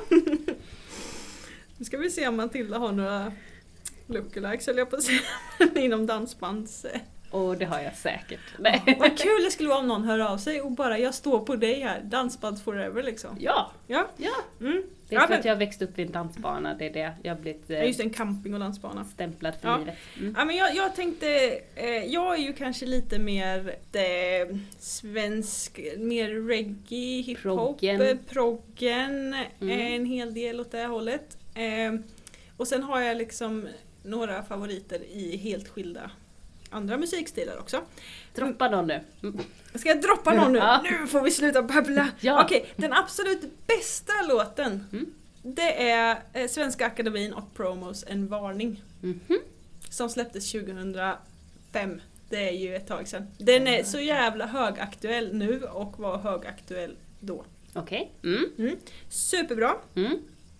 Nu ska vi se om Matilda har några lookalikes höll jag på att säga, inom dansbands... eh. Och det har jag säkert. Nej. Vad kul det skulle vara om någon hör av sig och bara jag står på dig här, dansbands forever liksom. Ja, Ja, ja. mm. Det är Ja, för men- att jag har växt upp vid en dansbana. Det är det. Jag har blivit Ja, eh, just en camping och dansbana. stämplad för Ja. livet. Mm. Ja, men jag, jag tänkte, eh, jag är ju kanske lite mer eh, svensk, mer reggae, hiphop, Proggen. eh, proggen, Mm. eh, en hel del åt det hållet. Eh, och sen har jag liksom några favoriter i helt skilda andra musikstilar också. Droppa någon nu. Mm. Ska jag droppa någon nu? Ja. Nu får vi sluta babbla! Ja. Okej, den absolut bästa låten Mm. det är eh, Svenska Akademin och Promos En Varning. Mhm. Som släpptes tjugohundrafem. Det är ju ett tag sedan. Den är så jävla högaktuell nu och var högaktuell då. Okej. Mm. Mm. Superbra. Mm.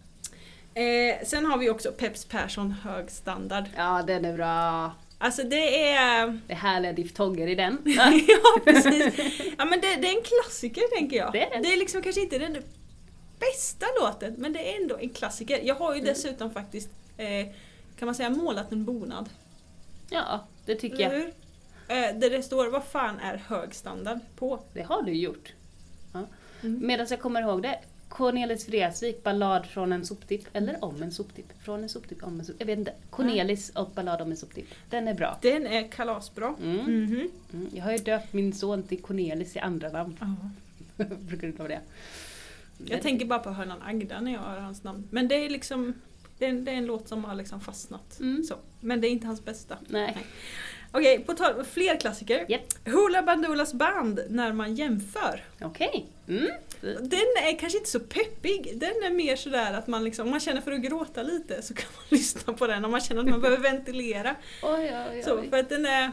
Eh, sen har vi också Peps Persson Hög Standard. Ja, den är bra. Alltså det är... Det är härliga diftonger i den. ja precis. Ja men det, det är en klassiker tänker jag. Det är det. det är liksom kanske inte den bästa låten men det är ändå en klassiker. Jag har ju Mm. dessutom faktiskt eh, kan man säga målat en bonad. Ja, det tycker Eller jag. hur? Eh, där det står vad fan är hög standard på. Det har du gjort. Ja. Mm. Medan jag kommer ihåg det. Cornelis Vreeswijk, Ballad från en soptipp. Eller om en soptipp. Från en soptipp, om en soptipp. Jag vet inte. Cornelis och Ballad om en soptipp. Den är bra. Den är kalasbra. Mm. Mhm. Mm. Jag har ju döpt min son till Cornelis i andra namn. Ja. På grund av det. Jag tänker bara på Hörnan Agda när jag hör hans namn. Men det är liksom det är, en, det är en låt som har liksom fastnat. Mm. Så. Men det är inte hans bästa. Nej. Okej, på tal fler klassiker. Japp. Hoola Bandoolas Band när man jämför. Okej. Mm. Den är kanske inte så peppig. Den är mer sådär att man liksom, om man känner för att gråta lite så kan man lyssna på den. Om man känner att man behöver ventilera. Oj, oj, oj. Så, för att den är...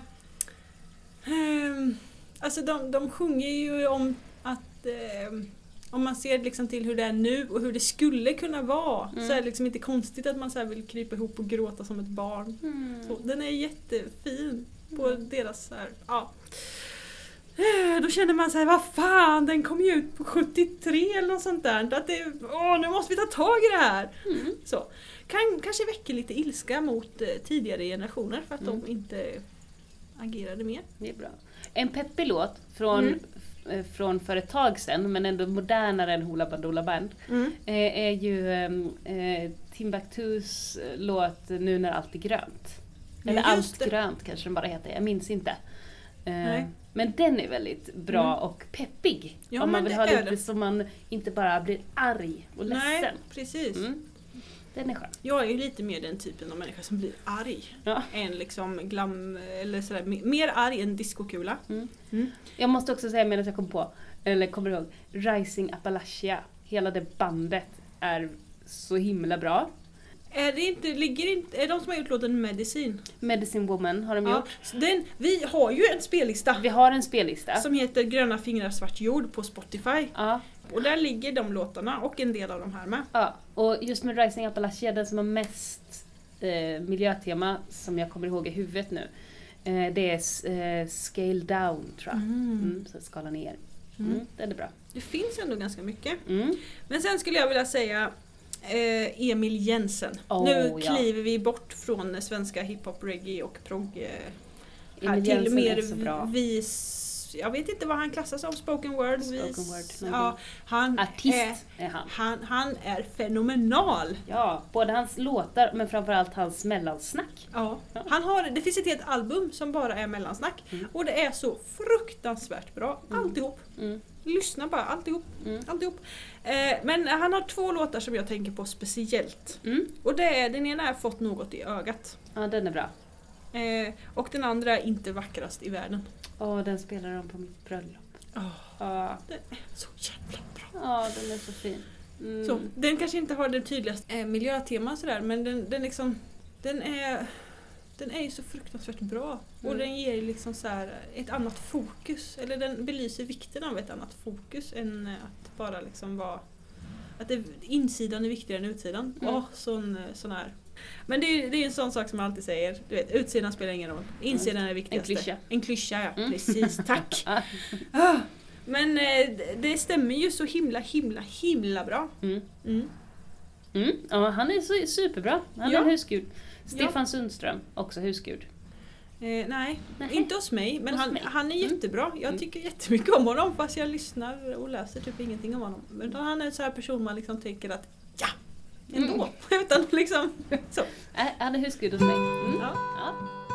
ehm, alltså de, de sjunger ju om att... ehm, om man ser liksom till hur det är nu och hur det skulle kunna vara Mm. så är det liksom inte konstigt att man så här vill krypa ihop och gråta som ett barn. Mm. Så, den är jättefin på Mm. deras så här, ja. Då känner man sig, vad fan, den kom ju ut på sjuttiotre eller något sånt där. Att det, åh, nu måste vi ta tag i det här. Mm. Så. Kan, kanske väcker lite ilska mot eh, tidigare generationer för att Mm. de inte agerade mer. Det är bra. En peppig låt från, Mm. f- från för ett tag sedan, men ändå modernare än Hoola Bandoola Band, Mm. eh, är ju eh, Timbuktus låt Nu när allt är grönt. Eller Ja, just Allt det. grönt kanske den bara heter, jag minns inte. Eh, Nej. men den är väldigt bra Mm. och peppig. Ja, om man men vill det ha är lite det. så man inte bara blir arg och ledsen. Nej, precis. Mm. Den är skön. Jag är ju lite mer den typen av människa som blir arg. Ja. Än liksom glam, eller sådär, m- mer arg än diskokula. Mm. Mm. Jag måste också säga medan jag kom på, eller kommer ihåg, Rising Appalachia. Hela det bandet är så himla bra. Är det inte, ligger inte, är de som har gjort låten Medicine? Medicine Woman har de Ja, gjort. så den, vi har ju en spellista Vi har en spellista. som heter Gröna fingrar svart jord på Spotify. Ja, Och där ligger de låtarna och en del av de här med. ja, och just med Rising Appalachia, den som har mest eh, miljötema som jag kommer ihåg i huvudet nu. Eh, det är eh, Scale Down tror jag. Mm, så skala ner. Mm, Mm. den är bra. Det finns ändå ganska mycket. Mm. Men sen skulle jag vilja säga eh, Emil Jensen. Oh, nu ja. kliver vi bort från svenska hiphop, reggae och progg. Eh, här Emil till Jensen mer är så bra. vis... Jag vet inte vad han klassas som, spoken word. Spoken vis, word, ja, han, Artist är, är han. han, han är fenomenal. Ja, både hans låtar men framförallt hans mellansnack. Ja. Ja. Han har, det finns ett helt album som bara är mellansnack. Mm. Och det är så fruktansvärt bra. Mm. Alltihop. Mm. Lyssna bara, alltihop. Mm. alltihop. Eh, men han har två låtar som jag tänker på speciellt. Mm. Och det är, den ena är Fått något i ögat. Ja, den är bra. Eh, och den andra är Inte vackrast i världen. Åh, den spelar de på mitt bröllop. Oh, Ja, den är så jävla bra. ja, den är så fin. Mm. Så, den kanske inte har det tydligaste eh, miljötema sådär, men den, den liksom, den är, den är ju så fruktansvärt bra. Och Mm. den ger liksom så här ett annat fokus, eller den belyser vikten av ett annat fokus än att bara liksom vara, att det, insidan är viktigare än utsidan. Åh, Mm. sån, sån här. Men det är, det är en sån sak som man alltid säger, du vet, utsidan spelar ingen roll, insidan är det viktigaste. En klyscha. En klyscha, ja. Mm. Precis, tack. Ja. Ah, men eh, det- det stämmer ju så himla, himla, himla bra. Mm. Mm. Mm. Ja, han är så superbra. Han Ja. är en husgud. Stefan Sundström, också husgud. Eh, nej, Nej. inte hos mig, men Hos han, mig. han är Mm. jättebra. Jag Mm. tycker jättemycket om honom fast jag lyssnar och läser typ ingenting om honom. Men han är en sån här person man liksom tänker att ja, ändå. Mm. Utan liksom så. Äh, han är husgud hos mig. Mm. Ja. Ja.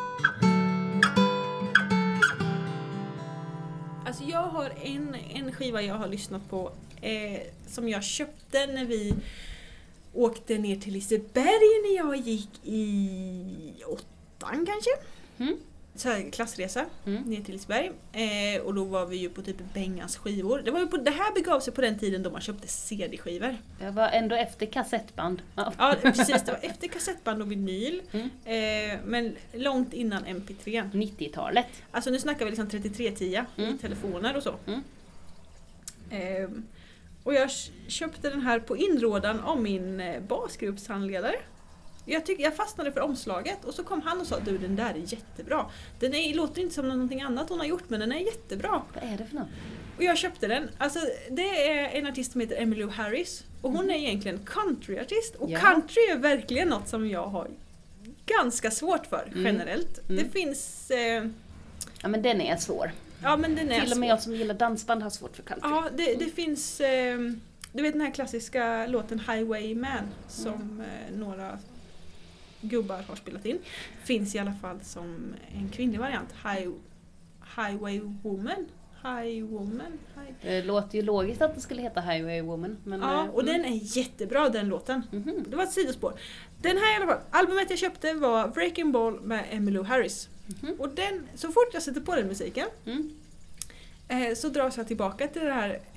Alltså jag har en, en skiva jag har lyssnat på eh, som jag köpte när vi åkte ner till Liseberg när jag gick i åttan kanske. Mm. Så här, klassresa Mm. ner till Liseberg. Eh, och då var vi ju på typ Bengas skivor. Det, var ju på, det här begav sig på den tiden då man köpte C D-skivor. Jag var ändå efter kassettband. Ja. Ja precis, det var efter kassettband och vinyl. Mm. Eh, men långt innan M P tre. nittiotalet. Alltså nu snackar vi liksom trettiotre tio Mm. i telefoner och så. Mm. Ehm, och jag k- köpte den här på inrådan av min eh, basgruppshandledare. Jag, tyck, jag fastnade för omslaget och så kom han och sa du den där är jättebra. Den är, låter inte som någonting annat hon har gjort men den är jättebra. Vad är det för något? Och jag köpte den. Alltså, det är en artist som heter Emmylou Harris och hon är egentligen countryartist. Och Ja. country är verkligen något som jag har ganska svårt för Mm. generellt. Mm. Det finns... Eh, Ja, men den är svår. ja men den är Till och med svår. jag som gillar dansband har svårt för country. Ja, det, det finns, eh, du vet den här klassiska låten Highwayman som Mm. eh, några gubbar har spelat in. Finns i alla fall som en kvinnlig variant. High, Highway Woman. High Woman. High. Det låter ju logiskt att det skulle heta Highway Woman. Men, Ja, eh, och mm. den är jättebra den låten. Mhm. Det var ett sidospår. Den här i alla fall, albumet jag köpte var Breaking Ball med Emmylou Harris. Mhm. Och den, så fort jag sätter på den musiken Mm. Eh, så dras jag tillbaka till det här eh,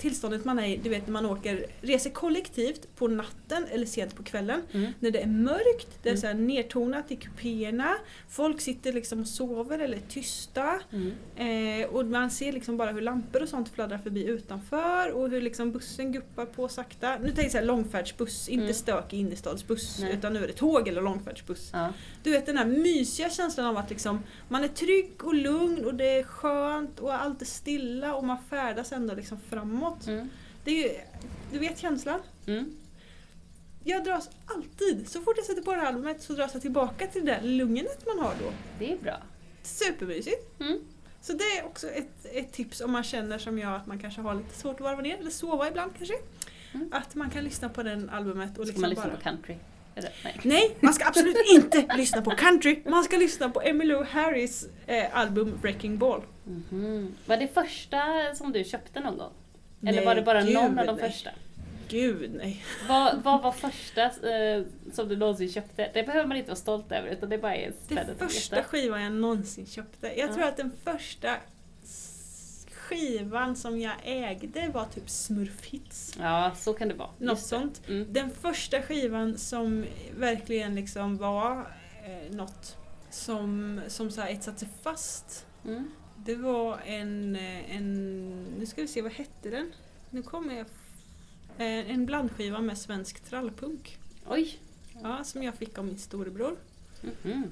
tillståndet man är i, du vet när man åker, reser kollektivt på natten eller sent på kvällen. Mm. När det är mörkt, det är Mm. så här nedtonat i kupéerna. Folk sitter liksom och sover eller är tysta. Mm. Eh, och man ser liksom bara hur lampor och sånt fladdrar förbi utanför. Och hur liksom bussen guppar på sakta. Nu tänker jag så här långfärdsbuss, inte Mm. stökig innerstadsbuss. Nej. Utan nu är det tåg eller långfärdsbuss. Ja. Du vet den här mysiga känslan av att liksom, man är trygg och lugn och det är skönt och allt är stilla och man färdas ändå liksom framåt. Mm. Det är ju, du vet känslan? Mm. Jag dras alltid, så fort jag sätter på det här albumet så dras jag tillbaka till det där lugnet man har då. Det är bra. Supermysigt. Mm. Så det är också ett, ett tips om man känner som jag att man kanske har lite svårt att varva ner eller sova ibland kanske. Mm. Att man kan lyssna på den albumet och Ska liksom man lyssna bara... på country? Eller, nej. Nej, man ska absolut inte lyssna på country. Man ska lyssna på Emmylou Harris eh, album Wrecking Ball. Mhm. Var det första som du köpte någon gång? Eller Nej, var det bara gud, någon av de nej. första? Gud nej. Vad, vad var första eh, som du någonsin köpte? Det behöver man inte vara stolt över utan det bara är Det spännande att första veta. skivan jag någonsin köpte. Jag Ja. tror att den första s- skivan som jag ägde var typ Smurfhits. Ja, så kan det vara. Något Just det. sånt. Mm. Den första skivan som verkligen liksom var eh, något som, som så här etsat sig fast. Mm. Det var en, eh, en, nu ska vi se vad hette den? Nu kommer jag, eh, en blandskiva med svensk trallpunk. Oj. Ja, som jag fick av min storebror. Mhm.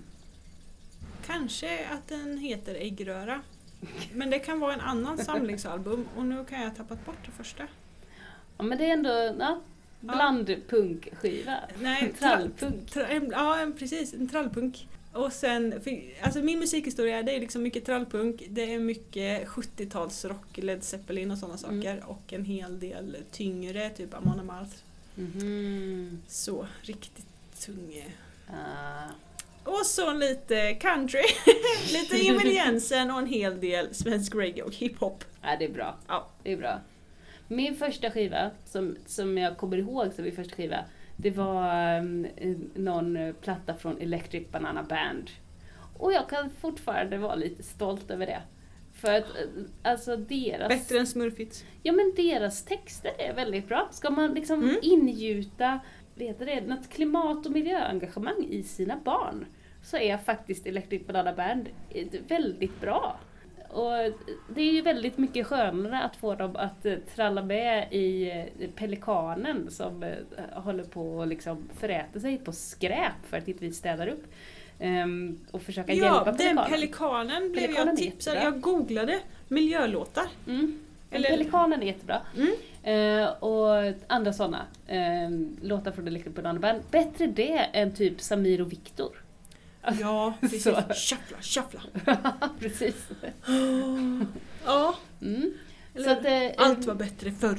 Kanske att den heter Äggröra. Men det kan vara en annan samlingsalbum och nu kan jag ha tappat bort det första. Ja, men det är ändå ja, blandpunkskiva. Nej, Trallpunk. Tra, en, ja, en, precis. En trallpunk. Och sen, för, alltså min musikhistoria det är liksom mycket trallpunk, det är mycket sjuttiotalsrock, Led Zeppelin och sådana Mm. saker. Och en hel del tyngre, typ Amon Amarth. Mhm. Så, riktigt tung. Ah. Och så lite country, lite Emil Jensen och en hel del svensk reggae och hiphop. Ja, det är bra. Ja. Det är bra. Min första skiva, som, som jag kommer ihåg som min första skiva, det var um, någon platta från Electric Banana Band. Och jag kan fortfarande vara lite stolt över det. För att eh, alltså deras... Bättre än Smurfits. Ja, men deras texter är väldigt bra. Ska man liksom Mm. ingjuta vet du det, något klimat- och miljöengagemang i sina barn så är faktiskt Electric Banana Band väldigt bra. Och det är ju väldigt mycket skönare att få dem att eh, tralla med i eh, pelikanen som eh, håller på att liksom föräta sig på skräp för att inte vi städar upp. Ehm, och försöka Ja, hjälpa den pelikanen. pelikanen blev Pelikanen jag är tipsad. jättebra. Jag googlade miljölåtar. Mm. Eller- Pelikanen är jättebra. Mm. Eh, och andra sådana eh, låtar från Electric Banana Band. Bättre det än typ Samir och Viktor. Ja, precis. Så. Shuffla, shuffla. Precis. Ja, Mm. eller, Så att, eh, allt var bättre förr.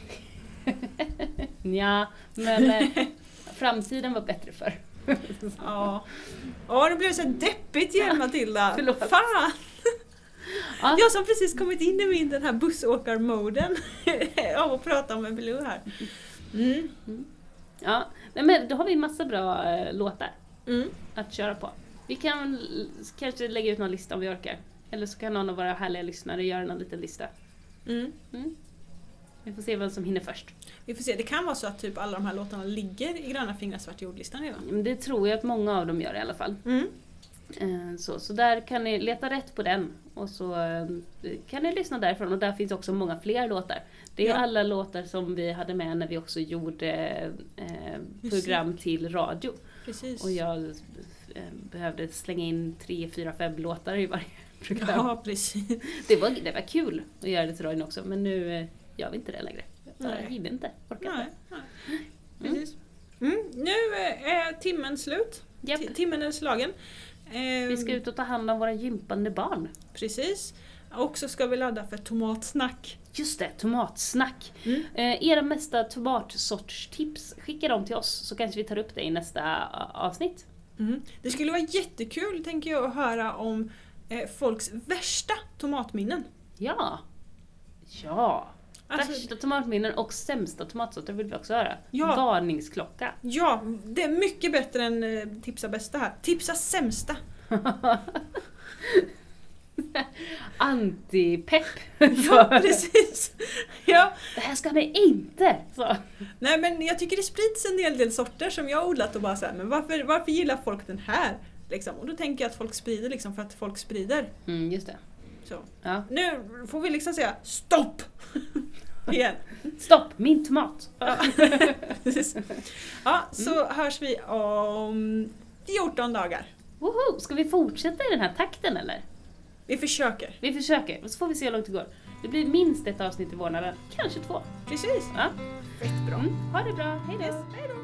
Ja, men eh, framtiden var bättre för. Ja, ja det blev så deppigt igen Matilda. Förlåt. Fan! Ja. Jag som precis kommit in i min den här bussåkarmoden av att prata om Emmylou här. Mm. Ja, nej, men då har vi massa bra eh, låtar Mm. att köra på. Vi kan l- kanske lägga ut någon lista om vi orkar. Eller så kan någon av våra härliga lyssnare göra någon liten lista. Mm. Mm. Vi får se vem som hinner först. Vi får se, det kan vara så att typ alla de här låtarna ligger i Gröna fingrar svart jordlistan redan. Men det tror jag att många av dem gör i alla fall. Mm. Eh, Så, så där kan ni leta rätt på den och så eh, kan ni lyssna därifrån och där finns också många fler låtar. Det är Ja. alla låtar som vi hade med när vi också gjorde eh, program till radio. Precis. Och jag eh, behövde slänga in tre, fyra, fem låtar i varje program. Ja, precis. Det, var, det var kul att göra det till radion också men nu eh, gör vi inte det längre. Jag bara Nej. hinner inte, orkar Nej, inte. nej. Precis. Mm. Nu är timmen slut. Japp. T- Timmen är slagen. Vi ska ut och ta hand om våra gympande barn. Precis. Och så ska vi ladda för tomatsnack. Just det, tomatsnack. Mm. Eh, era mesta tomatsortstips, skicka dem till oss så kanske vi tar upp det i nästa a- avsnitt. Mm. Det skulle vara jättekul, tänker jag, att höra om eh, folks värsta tomatminnen. Ja. Ja. Alltså- Värsta tomatminnen och sämsta tomatsorter vill vi också höra. Ja. Varningsklocka. Ja, det är mycket bättre än eh, tipsa bästa här. Tipsa sämsta. anti-pepp. Ja, precis. Ja. Det här ska ni inte! Så. Nej, men jag tycker det sprids en hel del sorter som jag har odlat och bara så här, men varför, varför gillar folk den här? Liksom. Och då tänker jag att folk sprider liksom för att folk sprider. Mm, just det. Så. Ja. Nu får vi liksom säga stopp! Igen. Stopp, min tomat! Ja, ja så mm. hörs vi om fjorton dagar. Woho! Ska vi fortsätta i den här takten eller? Vi försöker. Vi försöker, och så får vi se hur långt det går. Det blir minst ett avsnitt i månaden, kanske två. Precis. Ja. Fett bra. Mm. Ha det bra, hej då! Yes. Hej då!